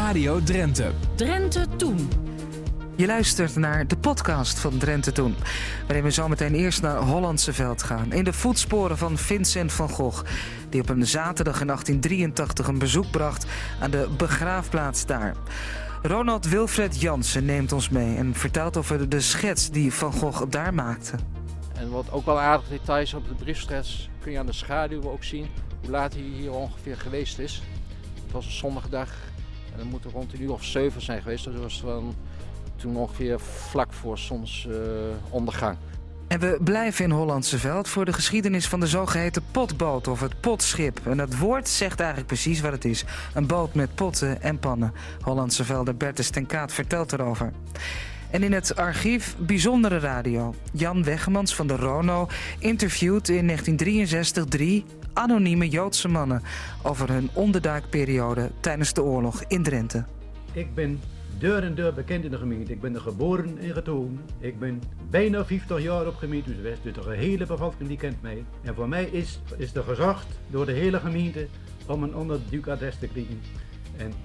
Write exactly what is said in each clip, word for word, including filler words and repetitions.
Radio Drenthe. Drenthe Toen. Je luistert naar de podcast van Drenthe Toen, waarin we zometeen eerst naar Hollandse Veld gaan. In de voetsporen van Vincent van Gogh, die op een zaterdag in achttien drieëntachtig een bezoek bracht aan de begraafplaats daar. Ronald Wilfred Jansen neemt ons mee en vertelt over de schets die Van Gogh daar maakte. En wat ook wel aardige details op de briefschets kun je aan de schaduwen ook zien hoe laat hij hier ongeveer geweest is. Het was een zondagdag en dat moet er rond een uur of zeven zijn geweest. Dus dat was dan toen ongeveer vlak voor zonsondergang. Uh, En we blijven in Hollandse Veld voor de geschiedenis van de zogeheten potboot of het potschip. En dat woord zegt eigenlijk precies wat het is. Een boot met potten en pannen. Hollandse Velder Bertus ten Kaat vertelt erover. En in het archief Bijzondere Radio. Jan Weggemans van de Rono interviewt in negentien drieënzestig drie anonieme Joodse mannen over hun onderduikperiode tijdens de oorlog in Drenthe. Ik ben deur en deur bekend in de gemeente. Ik ben er geboren en getogen. Ik ben bijna vijftig jaar op gemeente West, dus de hele bevolking die kent mij. En voor mij is, is er gezocht door de hele gemeente om een onderduikadres te krijgen. En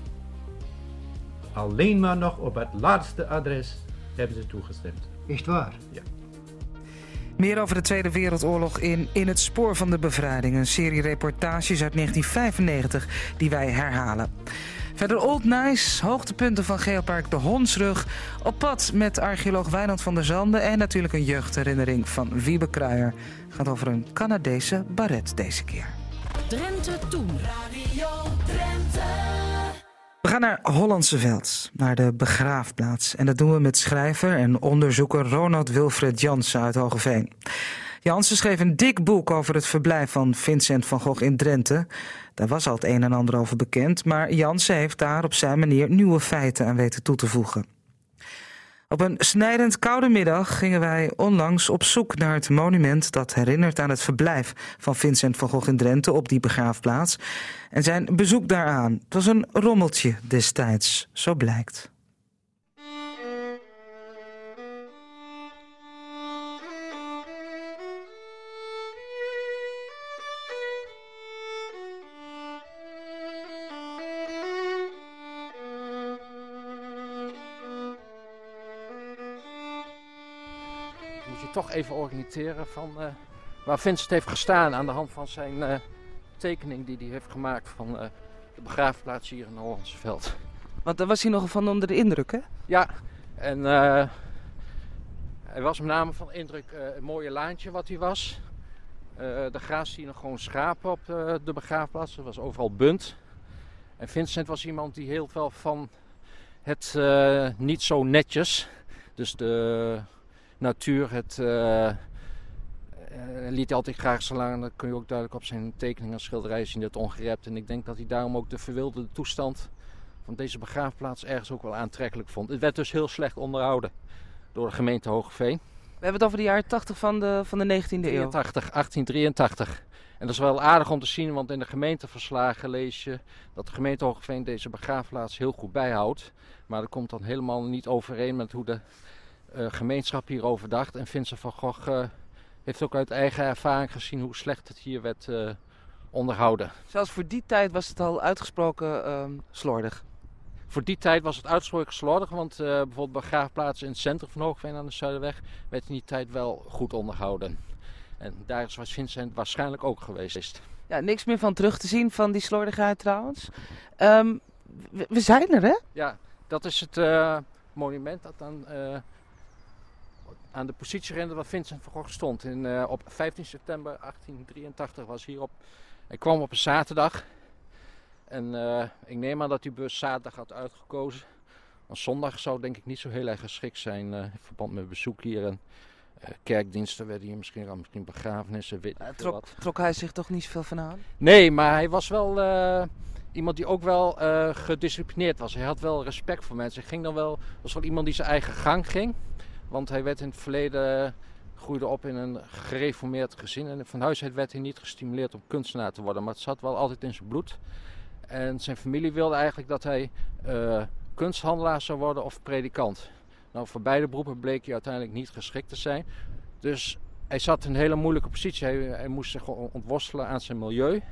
alleen maar nog op het laatste adres hebben ze toegestemd. Is het waar? Ja. Meer over de Tweede Wereldoorlog in In het spoor van de bevrijding. Een serie reportages uit negentien vijfennegentig die wij herhalen. Verder Old Nice, hoogtepunten van Geopark de Hondsrug. Op pad met archeoloog Wijnand van der Zanden. En natuurlijk een jeugdherinnering van Wiebe Kruijer. Het gaat over een Canadese baret deze keer. Drenthe Toen. Radio Drenthe. We gaan naar Hollandse Veld, naar de begraafplaats. En dat doen we met schrijver en onderzoeker Ronald Wilfred Jansen uit Hoogeveen. Jansen schreef een dik boek over het verblijf van Vincent van Gogh in Drenthe. Daar was al het een en ander over bekend, maar Jansen heeft daar op zijn manier nieuwe feiten aan weten toe te voegen. Op een snijdend koude middag gingen wij onlangs op zoek naar het monument dat herinnert aan het verblijf van Vincent van Gogh in Drenthe op die begraafplaats. En zijn bezoek daaraan, het was een rommeltje destijds, zo blijkt. Toch even oriënteren van uh, waar Vincent heeft gestaan aan de hand van zijn uh, tekening die hij heeft gemaakt van uh, de begraafplaats hier in Hollandse Veld. Want daar was hij nogal van onder de indruk, hè? Ja, en uh, hij was met name van de indruk uh, een mooie laantje wat hij was. Uh, de graas zie je nog gewoon schapen op uh, de begraafplaats, er was overal bunt. En Vincent was iemand die heel veel van het uh, niet zo netjes, dus de natuur, het uh, uh, liet hij altijd graag slaan. Dat kun je ook duidelijk op zijn tekeningen en schilderijen zien, het ongerept. En ik denk dat hij daarom ook de verwilderde toestand van deze begraafplaats ergens ook wel aantrekkelijk vond. Het werd dus heel slecht onderhouden door de gemeente Hoogeveen. We hebben het over de jaren tachtig van de, van de negentiende eeuw. achttien drieëntachtig. En dat is wel aardig om te zien, want in de gemeenteverslagen lees je dat de gemeente Hoogeveen deze begraafplaats heel goed bijhoudt. Maar dat komt dan helemaal niet overeen met hoe de Uh, gemeenschap hierover dacht. En Vincent van Gogh uh, heeft ook uit eigen ervaring gezien hoe slecht het hier werd uh, onderhouden. Zelfs voor die tijd was het al uitgesproken uh, slordig. Voor die tijd was het uitgesproken slordig, want uh, bijvoorbeeld begraafplaatsen in het centrum van Hoogeveen aan de Zuiderweg werd in die tijd wel goed onderhouden. En daar is Vincent waarschijnlijk ook geweest. Ja, niks meer van terug te zien van die slordigheid trouwens. Um, we, we zijn er, hè? Ja, dat is het uh, monument dat dan Uh, aan de positie herinnerde waar Vincent van Gogh stond. In, uh, op vijftien september achttien drieëntachtig was hierop. Hij kwam op een zaterdag. En uh, ik neem aan dat hij bus zaterdag had uitgekozen. Want zondag zou denk ik niet zo heel erg geschikt zijn uh, in verband met bezoek hier. En uh, kerkdiensten werden hier misschien, misschien begrafenissen. Weet uh, trok, trok hij zich toch niet zoveel van aan? Nee, maar hij was wel uh, iemand die ook wel uh, gedisciplineerd was. Hij had wel respect voor mensen. Hij ging dan wel, was wel iemand die zijn eigen gang ging. Want hij werd in het verleden, groeide op in een gereformeerd gezin. En van huis uit werd hij niet gestimuleerd om kunstenaar te worden. Maar het zat wel altijd in zijn bloed. En zijn familie wilde eigenlijk dat hij uh, kunsthandelaar zou worden of predikant. Nou, voor beide beroepen bleek hij uiteindelijk niet geschikt te zijn. Dus hij zat in een hele moeilijke positie. Hij, hij moest zich ontworstelen aan zijn milieu.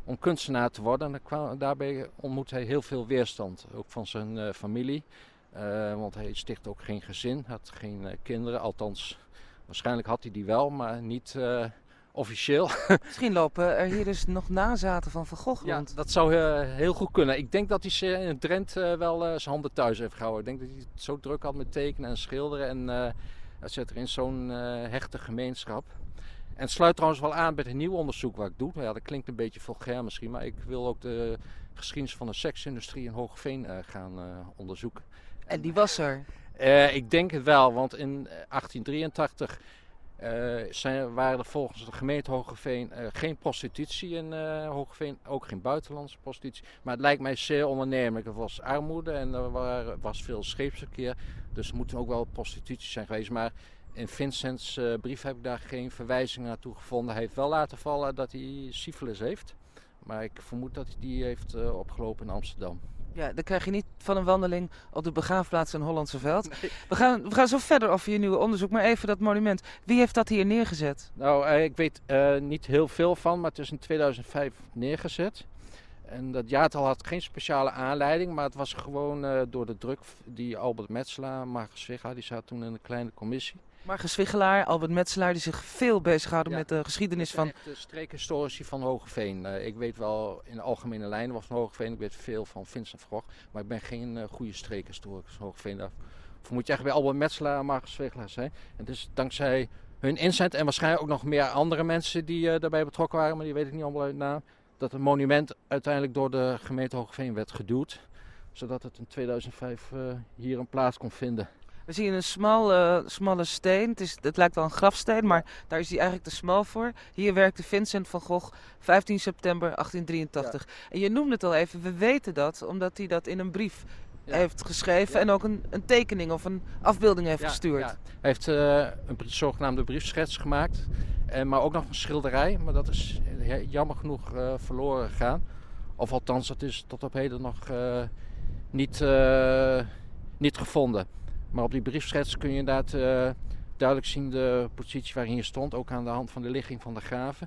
om kunstenaar te worden. En daar kwam, daarbij ontmoette hij heel veel weerstand, ook van zijn uh, familie. Uh, want hij stichtte ook geen gezin, had geen uh, kinderen. Althans, waarschijnlijk had hij die wel, maar niet uh, officieel. Misschien lopen er hier dus nog nazaten van Van Gogh Ja, rond. dat zou uh, heel goed kunnen. Ik denk dat hij in Drenthe uh, wel uh, zijn handen thuis heeft gehouden. Ik denk dat hij het zo druk had met tekenen en schilderen. En uh, dat zit er in zo'n uh, hechte gemeenschap. En het sluit trouwens wel aan bij het nieuw onderzoek wat ik doe. Ja, dat klinkt een beetje vulgair misschien, maar ik wil ook de geschiedenis van de seksindustrie in Hoogeveen uh, gaan uh, onderzoeken. En die was er? Uh, ik denk het wel, want in achttien drieëntachtig uh, zijn, waren er volgens de gemeente Hoogeveen uh, geen prostitutie in uh, Hoogeveen, ook geen buitenlandse prostitutie. Maar het lijkt mij zeer ondernemelijk. Er was armoede en er waren, was veel scheepsverkeer, dus er moeten ook wel prostituties zijn geweest. Maar in Vincents uh, brief heb ik daar geen verwijzing naartoe gevonden. Hij heeft wel laten vallen dat hij syfilis heeft, maar ik vermoed dat hij die heeft uh, opgelopen in Amsterdam. Ja, dan krijg je niet van een wandeling op de begraafplaats in Hollandse Veld. Nee. We gaan, we gaan zo verder over je nieuwe onderzoek, maar even dat monument. Wie heeft dat hier neergezet? Nou, uh, ik weet uh, niet heel veel van, maar het is in tweeduizend vijf neergezet. En dat jaartal had geen speciale aanleiding, maar het was gewoon uh, door de druk die Albert Metzelaar, Marcus Zwigelaar, die zat toen in een kleine commissie. Marcus Zwigelaar, Albert Metzelaar, die zich veel bezighouden Ja, met de geschiedenis van... de streekhistorici van Hoogeveen. Uh, ik weet wel in de algemene lijnen wat van Hoogeveen. Ik weet veel van Vincent van Gogh, maar ik ben geen uh, goede streekhistoricus van Hoogeveen. Daarvoor moet je echt bij Albert Metzelaar en Marcus Zwigelaar zijn. En dus dankzij hun inzet en waarschijnlijk ook nog meer andere mensen die uh, daarbij betrokken waren, maar die weet ik niet allemaal uit naam, dat het monument uiteindelijk door de gemeente Hoogeveen werd geduwd, zodat het in tweeduizend vijf uh, hier een plaats kon vinden. We zien een smal, uh, smalle steen. Het, is, het lijkt wel een grafsteen, maar daar is hij eigenlijk te smal voor. Hier werkte Vincent van Gogh, vijftien september achttien drieëntachtig. Ja. En je noemde het al even, we weten dat omdat hij dat in een brief ja. heeft geschreven ja. en ook een, een tekening of een afbeelding heeft ja, gestuurd. Ja. Hij heeft uh, een zogenaamde briefschets gemaakt, en, maar ook nog een schilderij. Maar dat is jammer genoeg uh, verloren gegaan. Of althans, dat is tot op heden nog uh, niet, uh, niet gevonden. Maar op die briefschets kun je inderdaad uh, duidelijk zien de positie waarin je stond. Ook aan de hand van de ligging van de graven.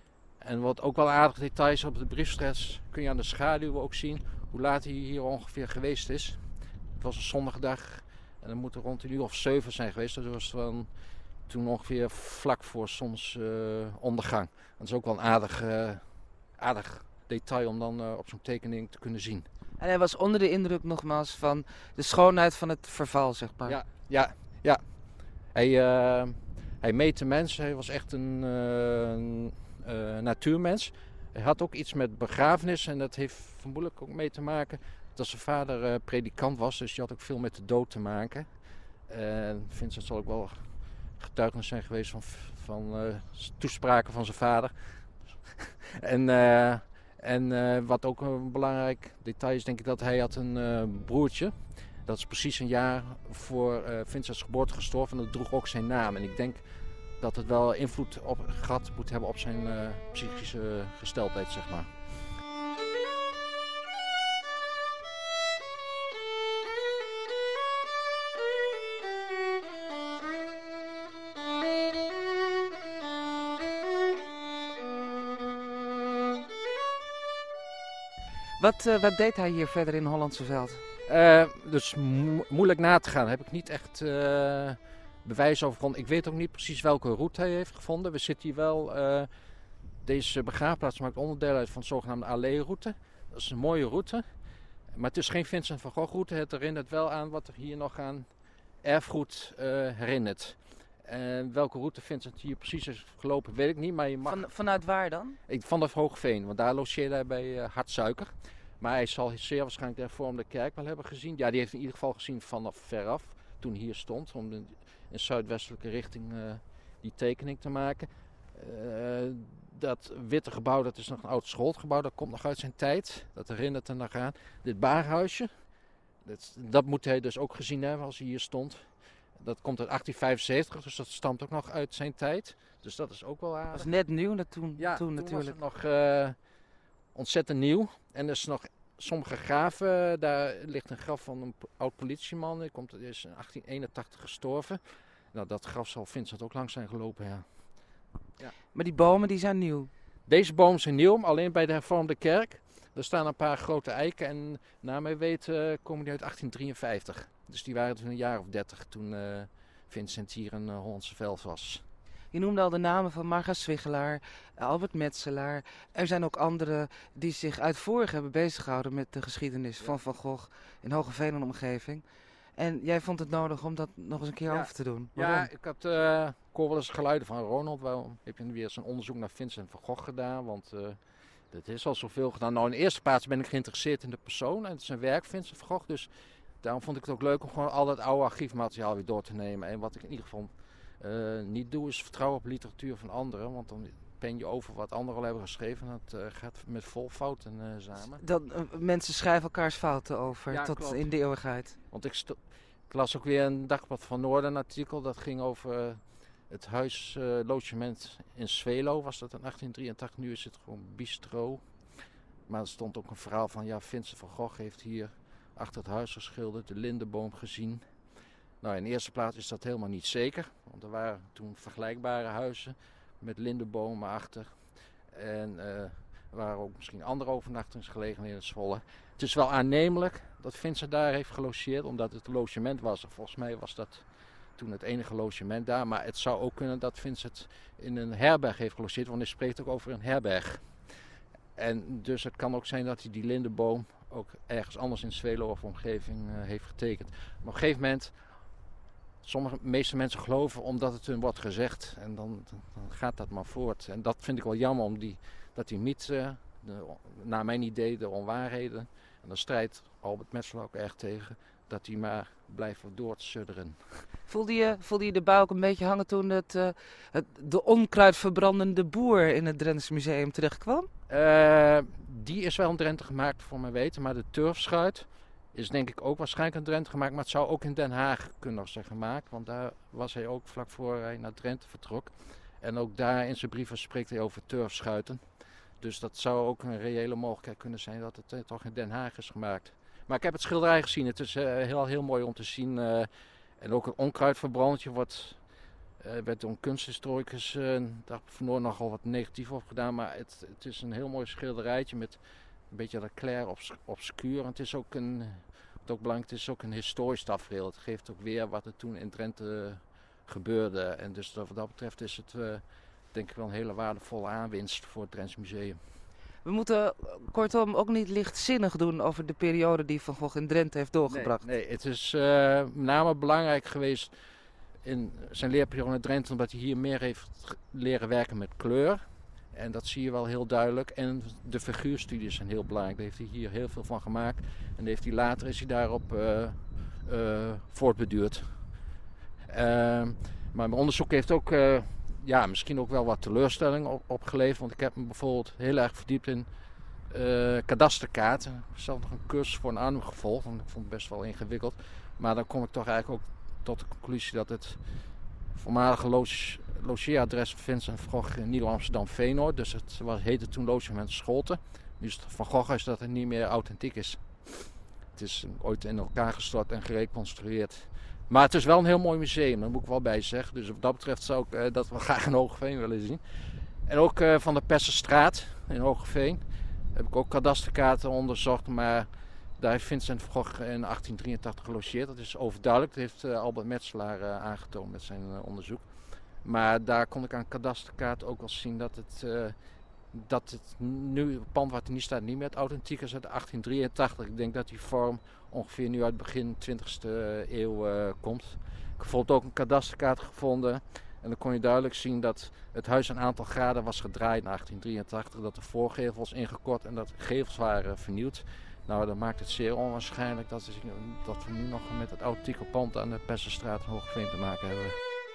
En wat ook wel aardig detail is op de briefschets, kun je aan de schaduwen ook zien hoe laat hij hier ongeveer geweest is. Het was een zondagdag en dan moet er rond een uur of zeven zijn geweest. Dat was dan toen ongeveer vlak voor zonsondergang. Uh, dat is ook wel een aardig, uh, aardig detail om dan uh, op zo'n tekening te kunnen zien. En hij was onder de indruk nogmaals van de schoonheid van het verval, zeg maar. Ja, ja, ja. Hij, uh, hij meet de mens. Hij was echt een uh, uh, natuurmens. Hij had ook iets met begrafenis en dat heeft vermoedelijk ook mee te maken dat zijn vader uh, predikant was. Dus die had ook veel met de dood te maken. Uh, Vincent zal ook wel getuigenis zijn geweest van, van uh, toespraken van zijn vader. en... Uh, En uh, wat ook een belangrijk detail is, denk ik dat hij had een uh, broertje. Dat is precies een jaar voor uh, Vincents geboorte gestorven en dat droeg ook zijn naam. En ik denk dat het wel invloed op, gehad moet hebben op zijn uh, psychische gesteldheid, zeg maar. Wat, uh, wat deed hij hier verder in Hollandse Veld? Uh, dus mo- moeilijk na te gaan. Daar heb ik niet echt uh, bewijs over gevonden. Ik weet ook niet precies welke route hij heeft gevonden. We zitten hier wel... Uh, deze begraafplaats maakt onderdeel uit van de zogenaamde Allee-route. Dat is een mooie route. Maar het is geen Vincent van Gogh route. Het herinnert wel aan wat er hier nog aan erfgoed uh, herinnert. En welke route Vincent hier precies is gelopen, weet ik niet. Maar je mag... Van, vanuit waar dan? Ik, vanaf Hoogeveen, want daar logeerde hij bij uh, Hartsuiker. Maar hij zal zeer waarschijnlijk de hervormde kerk wel hebben gezien. Ja, die heeft in ieder geval gezien vanaf veraf, toen hij hier stond. Om de, in zuidwestelijke richting uh, die tekening te maken. Uh, dat witte gebouw, dat is nog een oud schoolgebouw. Dat komt nog uit zijn tijd. Dat herinnert er nog aan. Dit baarhuisje, dat, dat moet hij dus ook gezien hebben als hij hier stond. Dat komt uit achttien vijfenzeventig, dus dat stamt ook nog uit zijn tijd. Dus dat is ook wel aardig. Dat was net nieuw dat toen, ja, toen, toen natuurlijk. was het nog uh, ontzettend nieuw. En er is nog sommige graven. Daar ligt een graf van een oud politieman. Die komt, die is in achttien eenentachtig gestorven. Nou, dat graf zal Vincent ook langs zijn gelopen, ja. Ja. Maar die bomen die zijn nieuw? Deze bomen zijn nieuw, alleen bij de hervormde kerk. Er staan een paar grote eiken en naar mij weten komen die uit achttien drieënvijftig. Dus die waren toen een jaar of dertig toen uh, Vincent hier in uh, Hollandse Veld was. Je noemde al de namen van Marga Zwiggelaar, Albert Metselaar. Er zijn ook anderen die zich uitvoerig hebben beziggehouden met de geschiedenis ja. van Van Gogh in Hoogeveen en omgeving. En jij vond het nodig om dat nog eens een keer ja. over te doen. Waarom? Ja, ik had uh, ik hoor wel eens geluiden van Ronald. Waarom heb je weer zo'n onderzoek naar Vincent van Gogh gedaan? Want uh, dat is al zoveel gedaan. Nou, in de eerste plaats ben ik geïnteresseerd in de persoon en zijn werk, Vincent van Gogh. Dus daarom vond ik het ook leuk om gewoon al dat oude archiefmateriaal weer door te nemen. En wat ik in ieder geval uh, niet doe, is vertrouwen op literatuur van anderen. Want dan pen je over wat anderen al hebben geschreven. En dat uh, gaat met vol fouten uh, samen. Dat, uh, mensen schrijven elkaars fouten over ja, tot klopt. in de eeuwigheid. Want ik, sto- ik las ook weer een Dagblad van Noorden een artikel. Dat ging over uh, het huislogement uh, in Zwelo. Was dat in achttien drieëntachtig. Nu is het gewoon bistro. Maar er stond ook een verhaal van, ja, Vincent van Gogh heeft hier achter het huis geschilderd, de lindenboom gezien. Nou, in de eerste plaats is dat helemaal niet zeker. Want er waren toen vergelijkbare huizen met lindenbomen achter. En uh, er waren ook misschien andere overnachtingsgelegenheden in Zwolle. Het is wel aannemelijk dat Vincent daar heeft gelogeerd, omdat het logement was. Volgens mij was dat toen het enige logement daar. Maar het zou ook kunnen dat Vincent in een herberg heeft gelogeerd, want hij spreekt ook over een herberg. En dus het kan ook zijn dat hij die lindenboom ook ergens anders in Zwelo of omgeving uh, heeft getekend. Maar op een gegeven moment, sommige meeste mensen geloven omdat het hun wordt gezegd. En dan, dan gaat dat maar voort. En dat vind ik wel jammer, om die, dat hij niet, uh, de, naar mijn idee, de onwaarheden. En daar strijdt Albert Metselaar ook erg tegen, dat hij maar blijft doortsudderen. Voelde je, voelde je de bui ook een beetje hangen toen het, uh, het, de onkruidverbrandende boer in het Drents Museum terechtkwam? Uh, die is wel in Drenthe gemaakt, voor mijn weten. Maar de turfschuit is denk ik ook waarschijnlijk in Drenthe gemaakt. Maar het zou ook in Den Haag kunnen zijn gemaakt. Want daar was hij ook vlak voor hij naar Drenthe vertrok. En ook daar in zijn brieven spreekt hij over turfschuiten. Dus dat zou ook een reële mogelijkheid kunnen zijn dat het uh, toch in Den Haag is gemaakt. Maar ik heb het schilderij gezien. Het is uh, heel, heel mooi om te zien. Uh, en ook een onkruidverbrandetje wordt... Er uh, werd door een kunsthistoricus uh, daar vandoor nogal wat negatief op gedaan. Maar het, het is een heel mooi schilderijtje met een beetje dat clair obs- obscuur. En het is ook een, wat ook belangrijk, het is ook een historisch tafereel. Het geeft ook weer wat er toen in Drenthe uh, gebeurde. En dus wat dat betreft is het uh, denk ik wel een hele waardevolle aanwinst voor het Drents Museum. We moeten kortom ook niet lichtzinnig doen over de periode die Van Gogh in Drenthe heeft doorgebracht. Nee, nee het is uh, met name belangrijk geweest in zijn leerperiode in Drenthe, omdat hij hier meer heeft leren werken met kleur. En dat zie je wel heel duidelijk. En de figuurstudies zijn heel belangrijk. Daar heeft hij hier heel veel van gemaakt. En heeft hij, later is hij daarop uh, uh, voortbeduurd. Uh, maar mijn onderzoek heeft ook uh, ja, misschien ook wel wat teleurstelling op, opgeleverd. Want ik heb me bijvoorbeeld heel erg verdiept in uh, kadasterkaarten. Ik heb zelf nog een cursus voor een annum gevolgd. Want ik vond het best wel ingewikkeld. Maar dan kom ik toch eigenlijk ook tot de conclusie dat het voormalige loge, logeeradres van Vincent van Gogh in Nieuw-Amsterdam-Veenoord. Dus het was, heette toen logement Scholten. Nu is het van Gogh is dat het niet meer authentiek is. Het is ooit in elkaar gestort en gereconstrueerd. Maar het is wel een heel mooi museum, dat moet ik wel bij zeggen. Dus wat dat betreft zou ik uh, dat wel graag in Hoogeveen willen zien. En ook uh, van de Pesserstraat in Hoogeveen heb ik ook kadasterkaarten onderzocht. Maar daar heeft Vincent van Gogh in achttien drieëntachtig gelogeerd. Dat is overduidelijk. Dat heeft uh, Albert Metselaar uh, aangetoond met zijn uh, onderzoek. Maar daar kon ik aan kadasterkaart ook wel zien dat het, uh, dat het nu, het pand waar het nu staat niet meer het authentiek is uit achttien drieëntachtig. Ik denk dat die vorm ongeveer nu uit begin twintigste eeuw uh, komt. Ik heb bijvoorbeeld ook een kadasterkaart gevonden. En dan kon je duidelijk zien dat het huis een aantal graden was gedraaid in achttien drieëntachtig. Dat de voorgevel was ingekort en dat de gevels waren vernieuwd. Nou, dat maakt het zeer onwaarschijnlijk dat, is, dat we nu nog met het authentieke pand aan de Pesserstraat in Hoogeveen te maken hebben.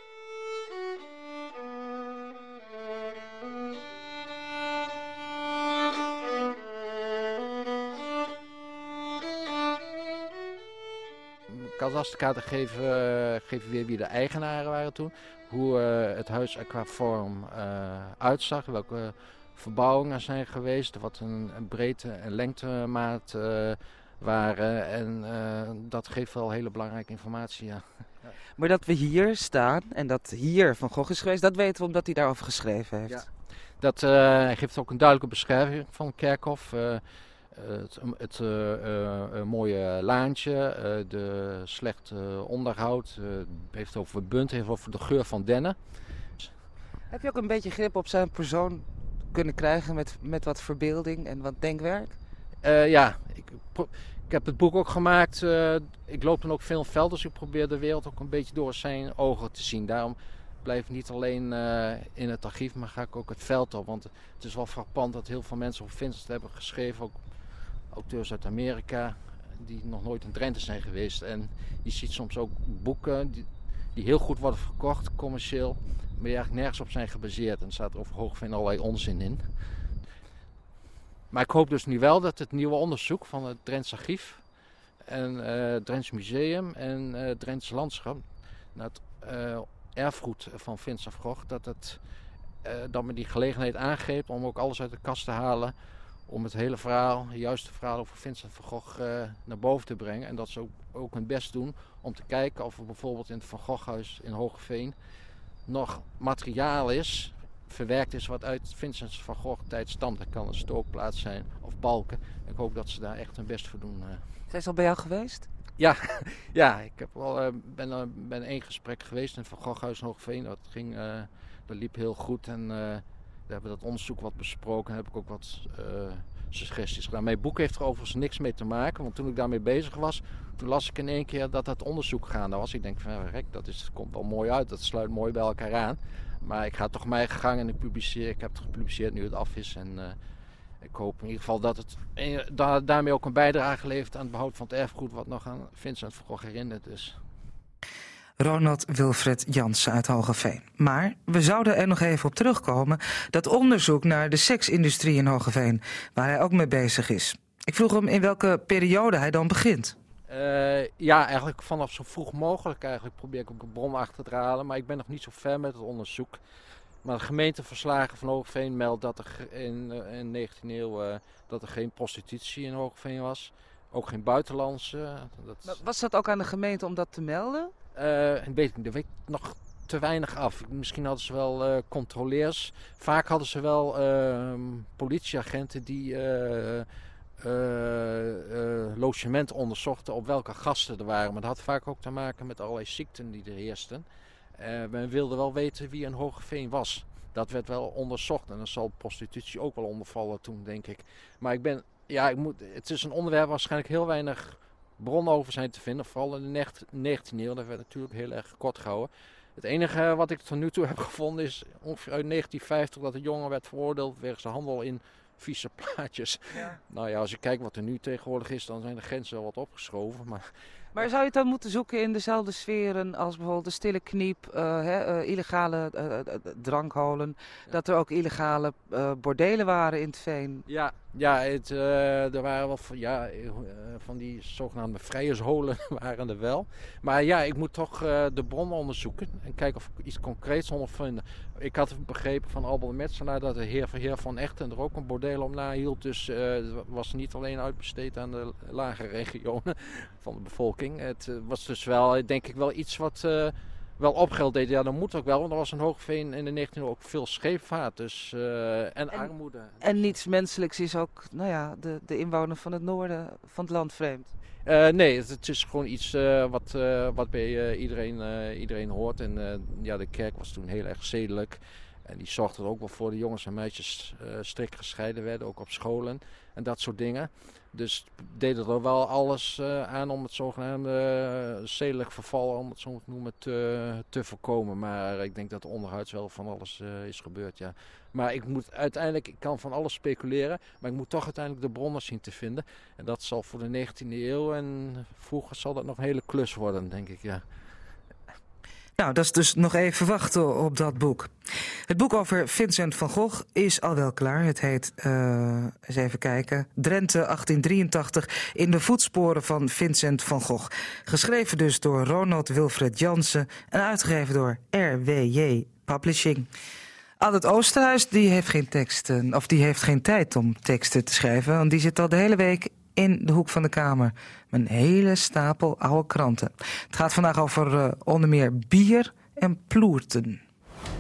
Kadasterkaarten geven, uh, geven weer wie de eigenaren waren toen. Hoe uh, het huis qua vorm uh, uitzag, welke verbouwingen zijn geweest, wat een, een breedte en lengtemaat uh, waren. En uh, dat geeft wel hele belangrijke informatie, ja. Ja. Maar dat we hier staan en dat hier Van Gogh is geweest, dat weten we omdat hij daarover geschreven heeft. Ja. Dat uh, hij geeft ook een duidelijke beschrijving van het kerkhof. Uh, het het uh, uh, mooie laantje, uh, de slecht uh, onderhoud. Uh, heeft over bunt, heeft over de geur van dennen. Heb je ook een beetje grip op zijn persoon kunnen krijgen met, met wat verbeelding en wat denkwerk? Uh, ja, ik, ik heb het boek ook gemaakt. Uh, ik loop dan ook veel in het veld, dus ik probeer de wereld ook een beetje door zijn ogen te zien. Daarom blijf ik niet alleen uh, in het archief, maar ga ik ook het veld op. Want het is wel frappant dat heel veel mensen over Vincent hebben geschreven. Ook auteurs uit Amerika die nog nooit in Drenthe zijn geweest. En je ziet soms ook boeken die, die heel goed worden verkocht, commercieel, maar die eigenlijk nergens op zijn gebaseerd. En er staat over Hoogeveen allerlei onzin in. Maar ik hoop dus nu wel dat het nieuwe onderzoek van het Drents Archief en uh, het Drents Museum en uh, het Drents Landschap naar het uh, erfgoed van Vincent van Gogh, dat, het, uh, dat men die gelegenheid aangreep om ook alles uit de kast te halen, om het hele verhaal, het juiste verhaal over Vincent van Gogh uh, naar boven te brengen. En dat ze ook, ook hun best doen om te kijken of er bijvoorbeeld in het Van Goghhuis in Hoogeveen nog materiaal is, verwerkt is wat uit Vincent van Gogh tijd stamt. Dat kan een stookplaats zijn of balken. Ik hoop dat ze daar echt hun best voor doen. Zijn ze al bij jou geweest? Ja, ja ik heb wel, uh, ben, uh, ben één gesprek geweest in het Van Goghhuis in Hoogeveen. Dat, ging, uh, dat liep heel goed en uh, we hebben dat onderzoek wat besproken. Heb ik ook wat uh, suggesties gedaan. Mijn boek heeft er overigens niks mee te maken, want toen ik daarmee bezig was, toen las ik in één keer dat dat onderzoek gaande was. Ik denk van, rek, dat is, komt wel mooi uit, dat sluit mooi bij elkaar aan. Maar ik ga toch mijn gang en ik publiceer. Ik heb het gepubliceerd nu het af is. En uh, ik hoop in ieder geval dat het uh, da- daarmee ook een bijdrage levert aan het behoud van het erfgoed wat nog aan Vincent van Gogh herinnerd is. Ronald Wilfred Jansen uit Hoogeveen. Maar we zouden er nog even op terugkomen. Dat onderzoek naar de seksindustrie in Hoogeveen, waar hij ook mee bezig is. Ik vroeg hem in welke periode hij dan begint. Uh, ja, eigenlijk vanaf zo vroeg mogelijk eigenlijk probeer ik ook een bron achter te halen. Maar ik ben nog niet zo ver met het onderzoek. Maar de gemeenteverslagen van Hoogeveen meldt dat er in, uh, in de negentiende eeuw uh, dat er geen prostitutie in Hoogeveen was. Ook geen buitenlandse. Dat... Was dat ook aan de gemeente om dat te melden? Uh, weet ik, dat weet ik nog te weinig af. Misschien hadden ze wel uh, controleurs. Vaak hadden ze wel uh, politieagenten die uh, uh, uh, logement onderzochten op welke gasten er waren. Maar dat had vaak ook te maken met allerlei ziekten die er heersten. Uh, men wilde wel weten wie een Hoogeveen was. Dat werd wel onderzocht en dan zal prostitutie ook wel ondervallen toen, denk ik. Maar ik ben, ja, ik moet, het is een onderwerp waar waarschijnlijk heel weinig bronnen over zijn te vinden. Vooral in de negentiende eeuw, dat werd natuurlijk heel erg kort gehouden. Het enige wat ik tot nu toe heb gevonden is ongeveer uit negentien vijftig dat een jongen werd veroordeeld wegens de handel in vieze plaatjes. Ja. Nou ja, als je kijkt wat er nu tegenwoordig is, dan zijn de grenzen wel wat opgeschoven. Maar, maar zou je het dan moeten zoeken in dezelfde sferen als bijvoorbeeld de Stille Kniep, uh, hè, uh, illegale uh, drankholen, ja. Dat er ook illegale uh, bordelen waren in het veen? Ja, ja het, uh, er waren wel van, ja, uh, van die zogenaamde vrijersholen waren er wel. Maar ja, ik moet toch uh, de bronnen onderzoeken en kijken of ik iets concreets onder vind. Ik had begrepen van Albert Metselaar dat de heer Verheer van Echten er ook een bordeel om nahield. Dus uh, het was niet alleen uitbesteed aan de lage regionen van de bevolking. Het uh, was dus wel, denk ik, wel iets wat uh, wel opgeld deed. Ja, dat moet ook wel, want er was in Hoogeveen in de negentiende eeuw ook veel scheepvaart dus, uh, en, en armoede. En niets menselijks is ook, nou ja, de, de inwoner van het noorden van het land vreemd. Uh, nee, het, het is gewoon iets uh, wat, uh, wat bij uh, iedereen, uh, iedereen hoort. En uh, ja, de kerk was toen heel erg zedelijk. En die zorgde er ook wel voor de jongens en meisjes uh, strikt gescheiden werden, ook op scholen en dat soort dingen. Dus deden er wel alles uh, aan om het zogenaamde uh, zedelijk verval, om het zo te noemen, te, te voorkomen. Maar ik denk dat onderhuids wel van alles uh, is gebeurd, ja. Maar ik moet uiteindelijk, ik kan van alles speculeren, maar ik moet toch uiteindelijk de bronnen zien te vinden. En dat zal voor de negentiende eeuw en vroeger zal dat nog een hele klus worden, denk ik, ja. Nou, dat is dus nog even wachten op dat boek. Het boek over Vincent van Gogh is al wel klaar. Het heet, uh, eens even kijken, Drenthe achttien drieëntachtig in de voetsporen van Vincent van Gogh. Geschreven dus door Ronald Wilfred Jansen en uitgegeven door R W J Publishing. Albert Oosterhuis die heeft geen teksten, of die heeft geen tijd om teksten te schrijven, want die zit al de hele week in de hoek van de kamer met een hele stapel oude kranten. Het gaat vandaag over uh, onder meer bier en ploerten.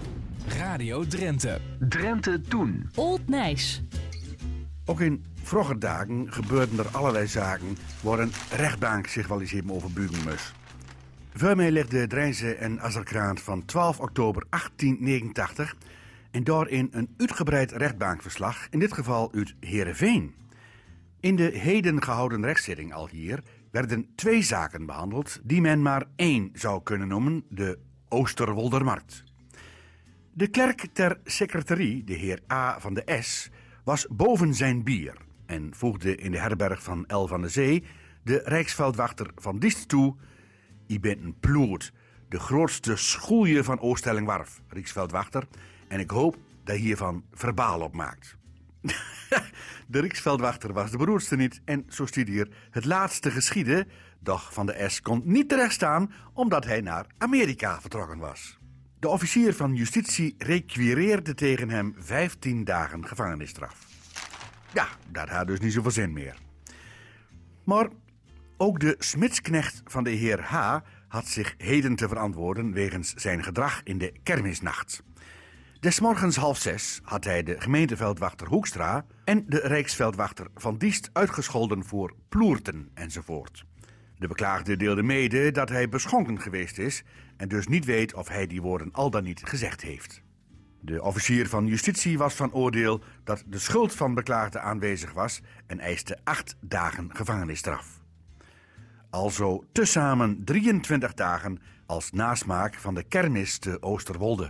Radio Drenthe. Drenthe Toen. Old Nijs. Ook in vroeger dagen gebeurden er allerlei zaken waar een rechtbank zich wel eens even over buigen moest. Voor mij ligt de Drijnse en Azerkrant van twaalf oktober achttien negenentachtig en daarin een uitgebreid rechtbankverslag, in dit geval uit Heerenveen. In de heden gehouden rechtszitting al hier werden twee zaken behandeld die men maar één zou kunnen noemen, de Oosterwoldermarkt. De klerk ter secretarie, de heer A. van de S., was boven zijn bier en voegde in de herberg van El van de Zee de rijksveldwachter van Diest toe: "I bent een ploert, de grootste schoelje van Oostellingwarf, rijksveldwachter, en ik hoop dat je hiervan verbaal op maakt." De rijksveldwachter was de beroerdste niet en zo stiet hier het laatste geschieden, doch Van de S. kon niet terecht staan omdat hij naar Amerika vertrokken was. De officier van justitie requireerde tegen hem vijftien dagen gevangenisstraf. Ja, dat had dus niet zoveel zin meer. Maar ook de smidsknecht van de heer H. had zich heden te verantwoorden wegens zijn gedrag in de kermisnacht. Des morgens half zes had hij de gemeenteveldwachter Hoekstra en de rijksveldwachter Van Diest uitgescholden voor ploerten enzovoort. De beklaagde deelde mede dat hij beschonken geweest is en dus niet weet of hij die woorden al dan niet gezegd heeft. De officier van justitie was van oordeel dat de schuld van beklaagde aanwezig was en eiste acht dagen gevangenisstraf. Alzo tezamen drieëntwintig dagen als nasmaak van de kermis te Oosterwolde.